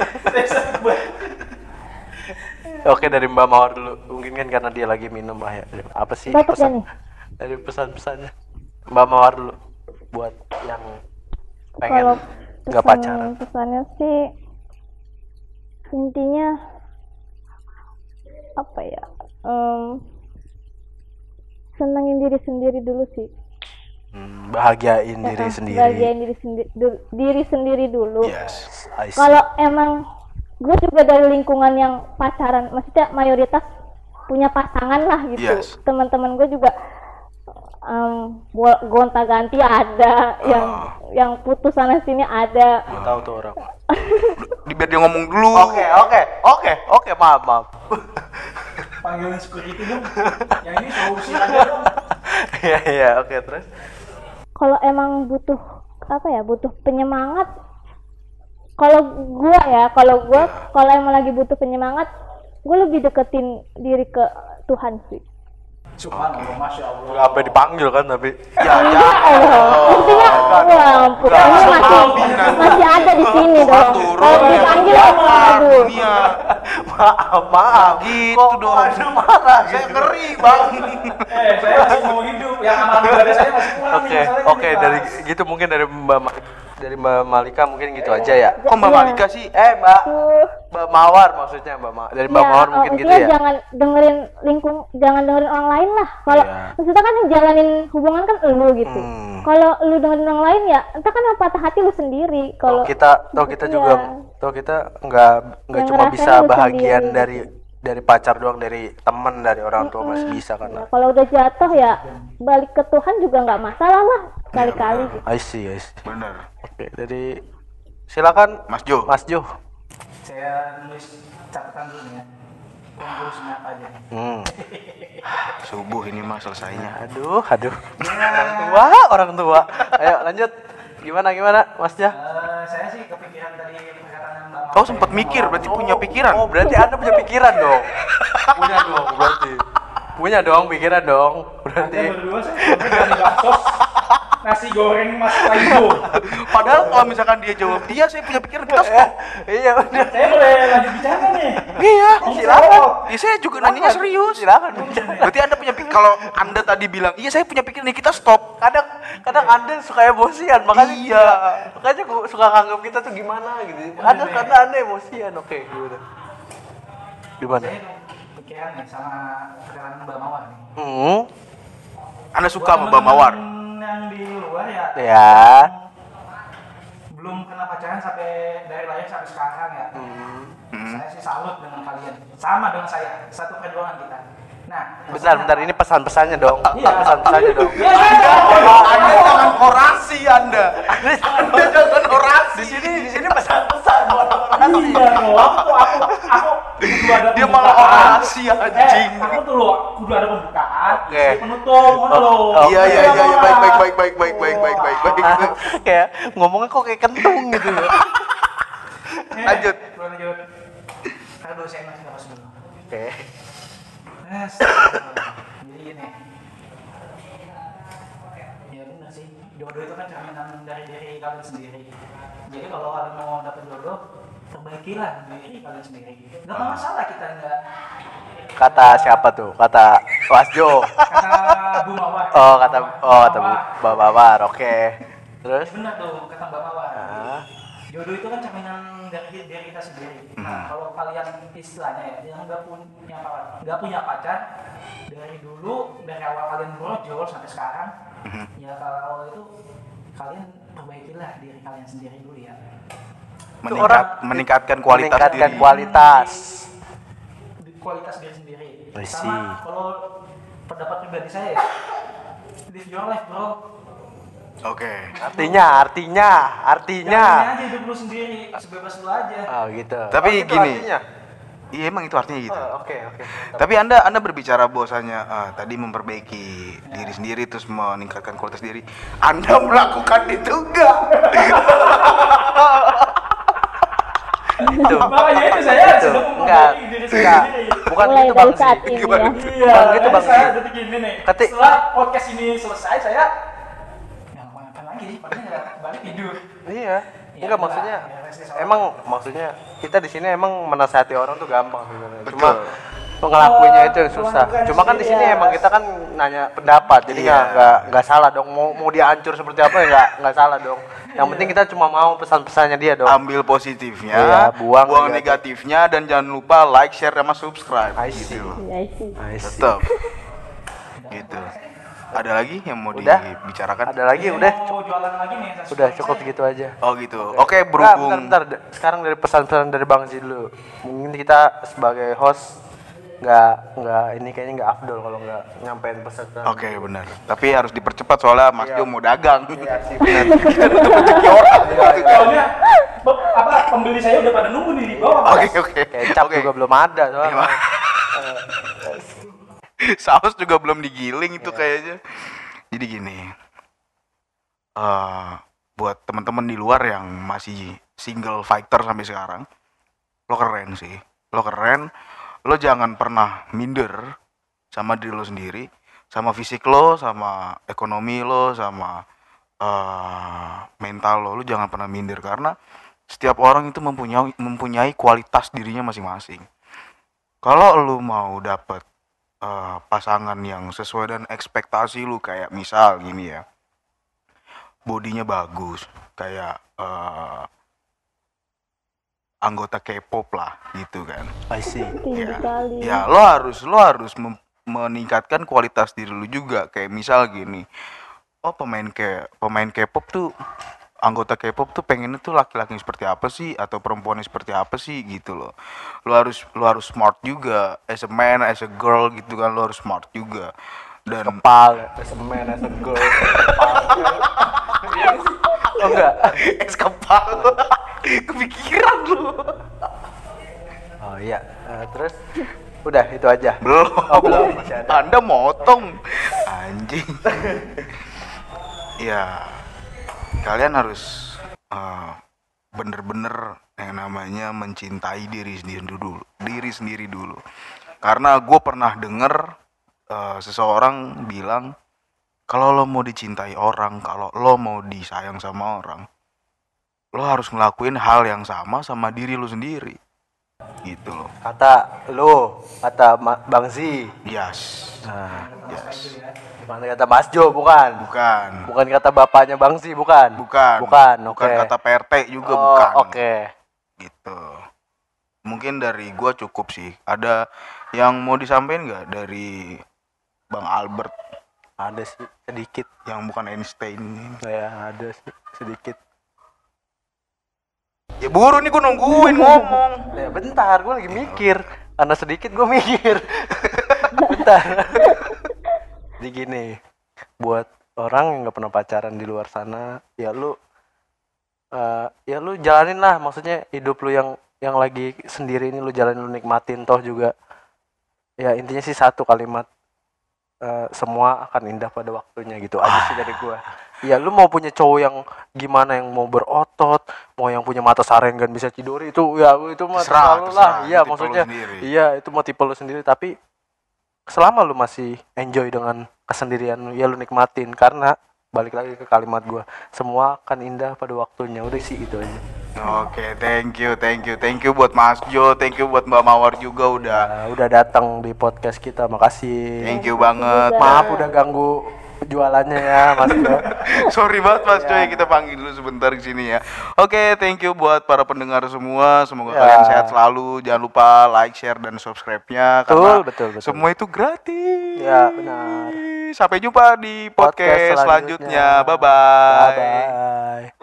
Oke, dari Mbak Mawar dulu. Mungkin kan karena dia lagi minum lah ya. Apa sih Batuk ya pesan nih? dari pesan-pesannya Mbak Mawar dulu buat yang pengen Kalau nggak pesan- pacaran. pesannya sih intinya apa ya, em, senangin diri sendiri dulu sih. Hmm, bahagiain diri Ya, sendiri. bahagiain diri sendiri diri sendiri dulu. Yes. I see. Kalau emang gue juga dari lingkungan yang pacaran, maksudnya mayoritas punya pasangan lah gitu. Yes. Teman-teman gue juga um, gonta-ganti ada, yang yang putus sana sini ada. Gua tahu tuh orang. Di biar dia ngomong dulu. Oke, oke, oke, oke, maaf, maaf. Panggilin security dong. Yang ini solusi aja dong. Iya, iya, oke, terus. Kalau emang butuh apa ya, butuh penyemangat. Kalau gue ya, kalau gue kalau emang lagi butuh penyemangat, gue lebih deketin diri ke Tuhan sih. Subhanallah, masya Allah. Nggak sampai dipanggil kan tapi. Ya, ya. Intinya, wah ampun, ini masih, masih ada di sini dong. Kalau dipanggil, aduh. Dunia. Maaf, maaf. Gitu Kok dong. ada marah Saya gitu? ngeri, Bang. Eh, saya masih mau hidup. Yang amal ibadah saya masih kurang. nih, Oke, masalahnya oke nih, dari Pak. gitu mungkin dari Mbak Ma- dari Mbak Malika mungkin gitu aja ya. Kok Mbak Iya. Malika sih? Eh, Mbak Tuh. Mbak Mawar maksudnya Mbak Ma- dari Mbak Ya, Mawar oh, mungkin gitu intinya ya. jangan dengerin lingkung, jangan dengerin orang lain lah. Kalau Iya. maksudnya kan yang jalanin hubungan kan lu gitu. Hmm. Kalau lu dengerin orang lain ya, entah kan yang patah hati lu sendiri. Kalau Toh kita toh kita Iya. juga toh kita nggak nggak Yang cuma ngerasain bisa lu bahagian sendiri. dari dari pacar doang, dari teman, dari orang tua masih bisa kan. ya, kalau udah jatuh ya balik ke Tuhan juga nggak masalah lah kali-kali. gitu. I see, I see. Bener. Oke, dari silakan Mas Jo. Mas Jo. Saya nulis catatan dulu nih ya. Konklusinya apa aja. Hmm. Subuh ini mah selesainya. Aduh, aduh. Orang tua, orang tua. Ayo lanjut. Gimana gimana, Mas Ja? Eh, saya sih kepikiran tadi perkataan Mbak Kau sempat mikir, berarti punya pikiran. Oh, berarti Anda punya pikiran dong. Punya dong, berarti. Punya dong pikiran dong. Berarti. Anda berdua saya berani baksos nasi goreng Mas Laido. Padahal kalau misalkan dia jawab, iya saya punya pikiran, kita stop. Iya, udah. Saya boleh lanjut bicara nih. Iya, Silakan. ya saya juga nanya serius. Silakan. Berarti Anda punya pikiran. Kalau Anda tadi bilang, iya saya punya pikiran nih, kita stop. Kadang kadang Anda suka emosian, makanya Iya. makanya gua suka nganggap kita tuh gimana gitu. Ada karena Anda emosian. Oke, gimana? Gimana? Saya kepikiran nih sama perkataan Mbak Mawar nih. Hmm. Anda suka sama Mbak Mawar? Teman-teman yang di luar ya. Ya. Belum pernah pacaran sampai dari lahir sampai sekarang ya. Hmm. Saya sih salut dengan kalian. Sama dengan saya, satu perjuangan kita. Nah, Bentar, bentar, ini pesan-pesannya dong. Iya. Pesan-pesannya dong. Iya, saya Anda jangan orasi Anda. Anda jangan orasi. Di sini, di sini pesan-pesan buat orang. Iya loh, aku aku aku kudu ada Dia malah pembukaan. orasi, anjing. Eh, aku tuh loh kudu ada pembukaan. Oke. Jadi penutup, ngono loh. Oh, Iya iya iya iya, baik baik baik baik baik baik baik baik baik. baik. Kayak ngomongnya kok kayak kentung gitu ya. Eh, Lanjut. Lanjut. Aduh, saya masih nafas dulu. Oke. Yes. Jadi gini. Ya benar sih. Jodoh itu kan cerminan dari diri kalian sendiri. Jadi kalau kalian mau dapat jodoh, perbaikilah diri kalian sendiri. Gak masalah kita nggak. Kata siapa tuh? Kata Mas Jo. Kata Bu Mawar. Oh, kata oh kata Bu Mbak Mawar. Oke. Terus? Ya benar tuh kata Mbak Mawar. Ah. Jodoh itu kan cerminan dari diri kita sendiri. Nah, kalau kalian istilahnya ya, yang nggak punya nggak punya pacar dari dulu, dari awal kalian brojol sampai sekarang, ya kalau itu kalian perbaikilah diri kalian sendiri dulu ya. Meningkat, orang- meningkatkan kualitas Meningkatkan diri. kualitas. Di kualitas diri sendiri. I see. Sama kalau pendapat pribadi saya ya, live your life bro. Oke. Artinya, artinya, artinya. Jalanin aja hidup lu sendiri, sebebas lu aja. Oh, gitu. Tapi Oh, gitu gini. artinya? Iya emang itu artinya gitu. Oh, oke, oke. Tapi anda anda berbicara bahwasanya ah, tadi memperbaiki diri sendiri terus meningkatkan kualitas diri. Anda melakukan itu enggak? Itu. Makanya itu saya Itu. sedang Enggak. memperbaiki diri Enggak. sendiri. Bukan Mulai gitu dari Bang. saat Sih. ini Gimana? ya. Iya, Bukan gitu, jadi Bang. saya detik ini nih. Ketik- Setelah podcast ini selesai, saya ya ngapain lagi? Paling nggak balik tidur. Iya. Ya, Enggak enggak. maksudnya. Ya, rest is all. Emang maksudnya kita di sini emang menasihati orang tuh gampang sebenarnya. Betul. Cuma ngelakuinnya itu yang Oh, susah. melakukan Cuma kan di sini sendiri, emang ya. kita kan nanya pendapat. Jadi Iya. nggak nggak nggak salah dong. Mau mau dia hancur seperti apa ya nggak nggak salah dong. Yang penting kita cuma mau pesan-pesannya dia dong. Ambil positifnya, Iya, buang negatifnya, dan jangan lupa like, share, sama subscribe. I see. Gitu. Ya sih. I see. Tetap. Gitu. Ada lagi yang mau Udah? dibicarakan? Ada lagi Saya udah. mau jualan lagi nih. saya Udah suka cukup saya. gitu aja. Oh gitu. Oke, Enggak, berhubung. bentar, bentar. Sekarang dari pesan-pesan dari Bang Zee dulu. Mungkin kita sebagai host nggak nggak ini kayaknya nggak afdol kalau nggak nyampein pesan. Oke benar. Tapi harus dipercepat soalnya Mas Iya. Jo mau dagang. Iya sih benar. Rezeki orang. Soalnya be- apa pembeli saya udah pada nunggu nih di bawah. Oke oke. Kecap Oke. juga belum ada soalnya. Iya, Saus juga belum digiling itu kayaknya. Jadi gini. eh buat teman-teman di luar yang masih single fighter sampai sekarang, lo keren sih. Lo keren. Lo jangan pernah minder sama diri lo sendiri. sama fisik lo, sama ekonomi lo, sama uh, mental lo. Lu jangan pernah minder karena setiap orang itu mempunyai mempunyai kualitas dirinya masing-masing. Kalau lu mau dapet uh, pasangan yang sesuai dengan ekspektasi lu, kayak misal gini ya, bodinya bagus, kayak uh, anggota K-pop lah gitu kan. I see. tinggi Ya, sekali. ya lo harus lo harus mem- meningkatkan kualitas diri lu juga. Kayak misal gini, oh pemain kayak pemain K-pop tuh, anggota K-pop tuh pengennya tuh laki-laki seperti apa sih, atau perempuannya seperti apa sih gitu loh. Lo harus lo harus smart juga, as a man, as a girl gitu kan, lo harus smart juga. Dan Kepal, as a man, as a girl. Kepal. Oh enggak. es kepal. Kepikiran lu. Oh iya. Eh, terus udah itu aja. Belum. Oh, belum, masih ada. Anda motong. Anjing. Ya, kalian harus uh, bener-bener yang namanya mencintai diri sendiri dulu, diri sendiri dulu. Karena gue pernah denger uh, seseorang bilang, kalau lo mau dicintai orang, kalau lo mau disayang sama orang, lo harus ngelakuin hal yang sama sama diri lo sendiri, gitu loh. Kata lu, kata Ma- Bang Zi. Yes, Nah, yes. bukan kata Mas Jo, bukan. Bukan, Bukan kata bapaknya Bang Zi, bukan. bukan, Bukan, oke. bukan kata P R T juga, Oh, bukan. Oke. Gitu. Mungkin dari gua cukup sih. Ada yang mau disampaikan nggak dari Bang Albert Ada sih sedikit. yang bukan Einstein ini? Ya, ada sih sedikit. Ya buru nih, gua nungguin ngomong. Ya bentar, gue lagi mikir. Karena sedikit gue mikir. Bentar. Jadi gini, buat orang yang nggak pernah pacaran di luar sana, ya lu, uh, ya lu jalanin lah. Maksudnya hidup lu yang yang lagi sendiri ini lu jalanin, lu nikmatin. Toh juga, ya intinya sih satu kalimat, uh, semua akan indah pada waktunya, gitu aja sih dari gue. Ya lu mau punya cowok yang gimana, yang mau berotot, mau yang punya mata sarenggan bisa Chidori, itu ya itu mah Terserah, terserah lu lah. terserah. Iya, Itu tipe lu maksudnya sendiri. iya itu mau tipe lu sendiri, tapi selama lu masih enjoy dengan kesendirian lu, ya lu nikmatin. Karena balik lagi ke kalimat gua, semua akan indah pada waktunya. Udah sih itu aja. Oke, thank you, thank you, thank you buat Mas Jo, thank you buat Mbak Mawar juga udah. Nah, udah datang di podcast kita, makasih. Thank you banget. Maaf udah ganggu jualannya ya, Mas Jo. Sorry banget Mas Joy, kita panggil dulu sebentar di sini ya. Oke, thank you buat para pendengar semua. Semoga Ya. kalian sehat selalu. Jangan lupa like, share, dan subscribe-nya karena Betul, betul, betul. semua itu gratis. Ya, benar. Sampai jumpa di podcast, Podcast selanjutnya. selanjutnya. Bye bye. Bye bye.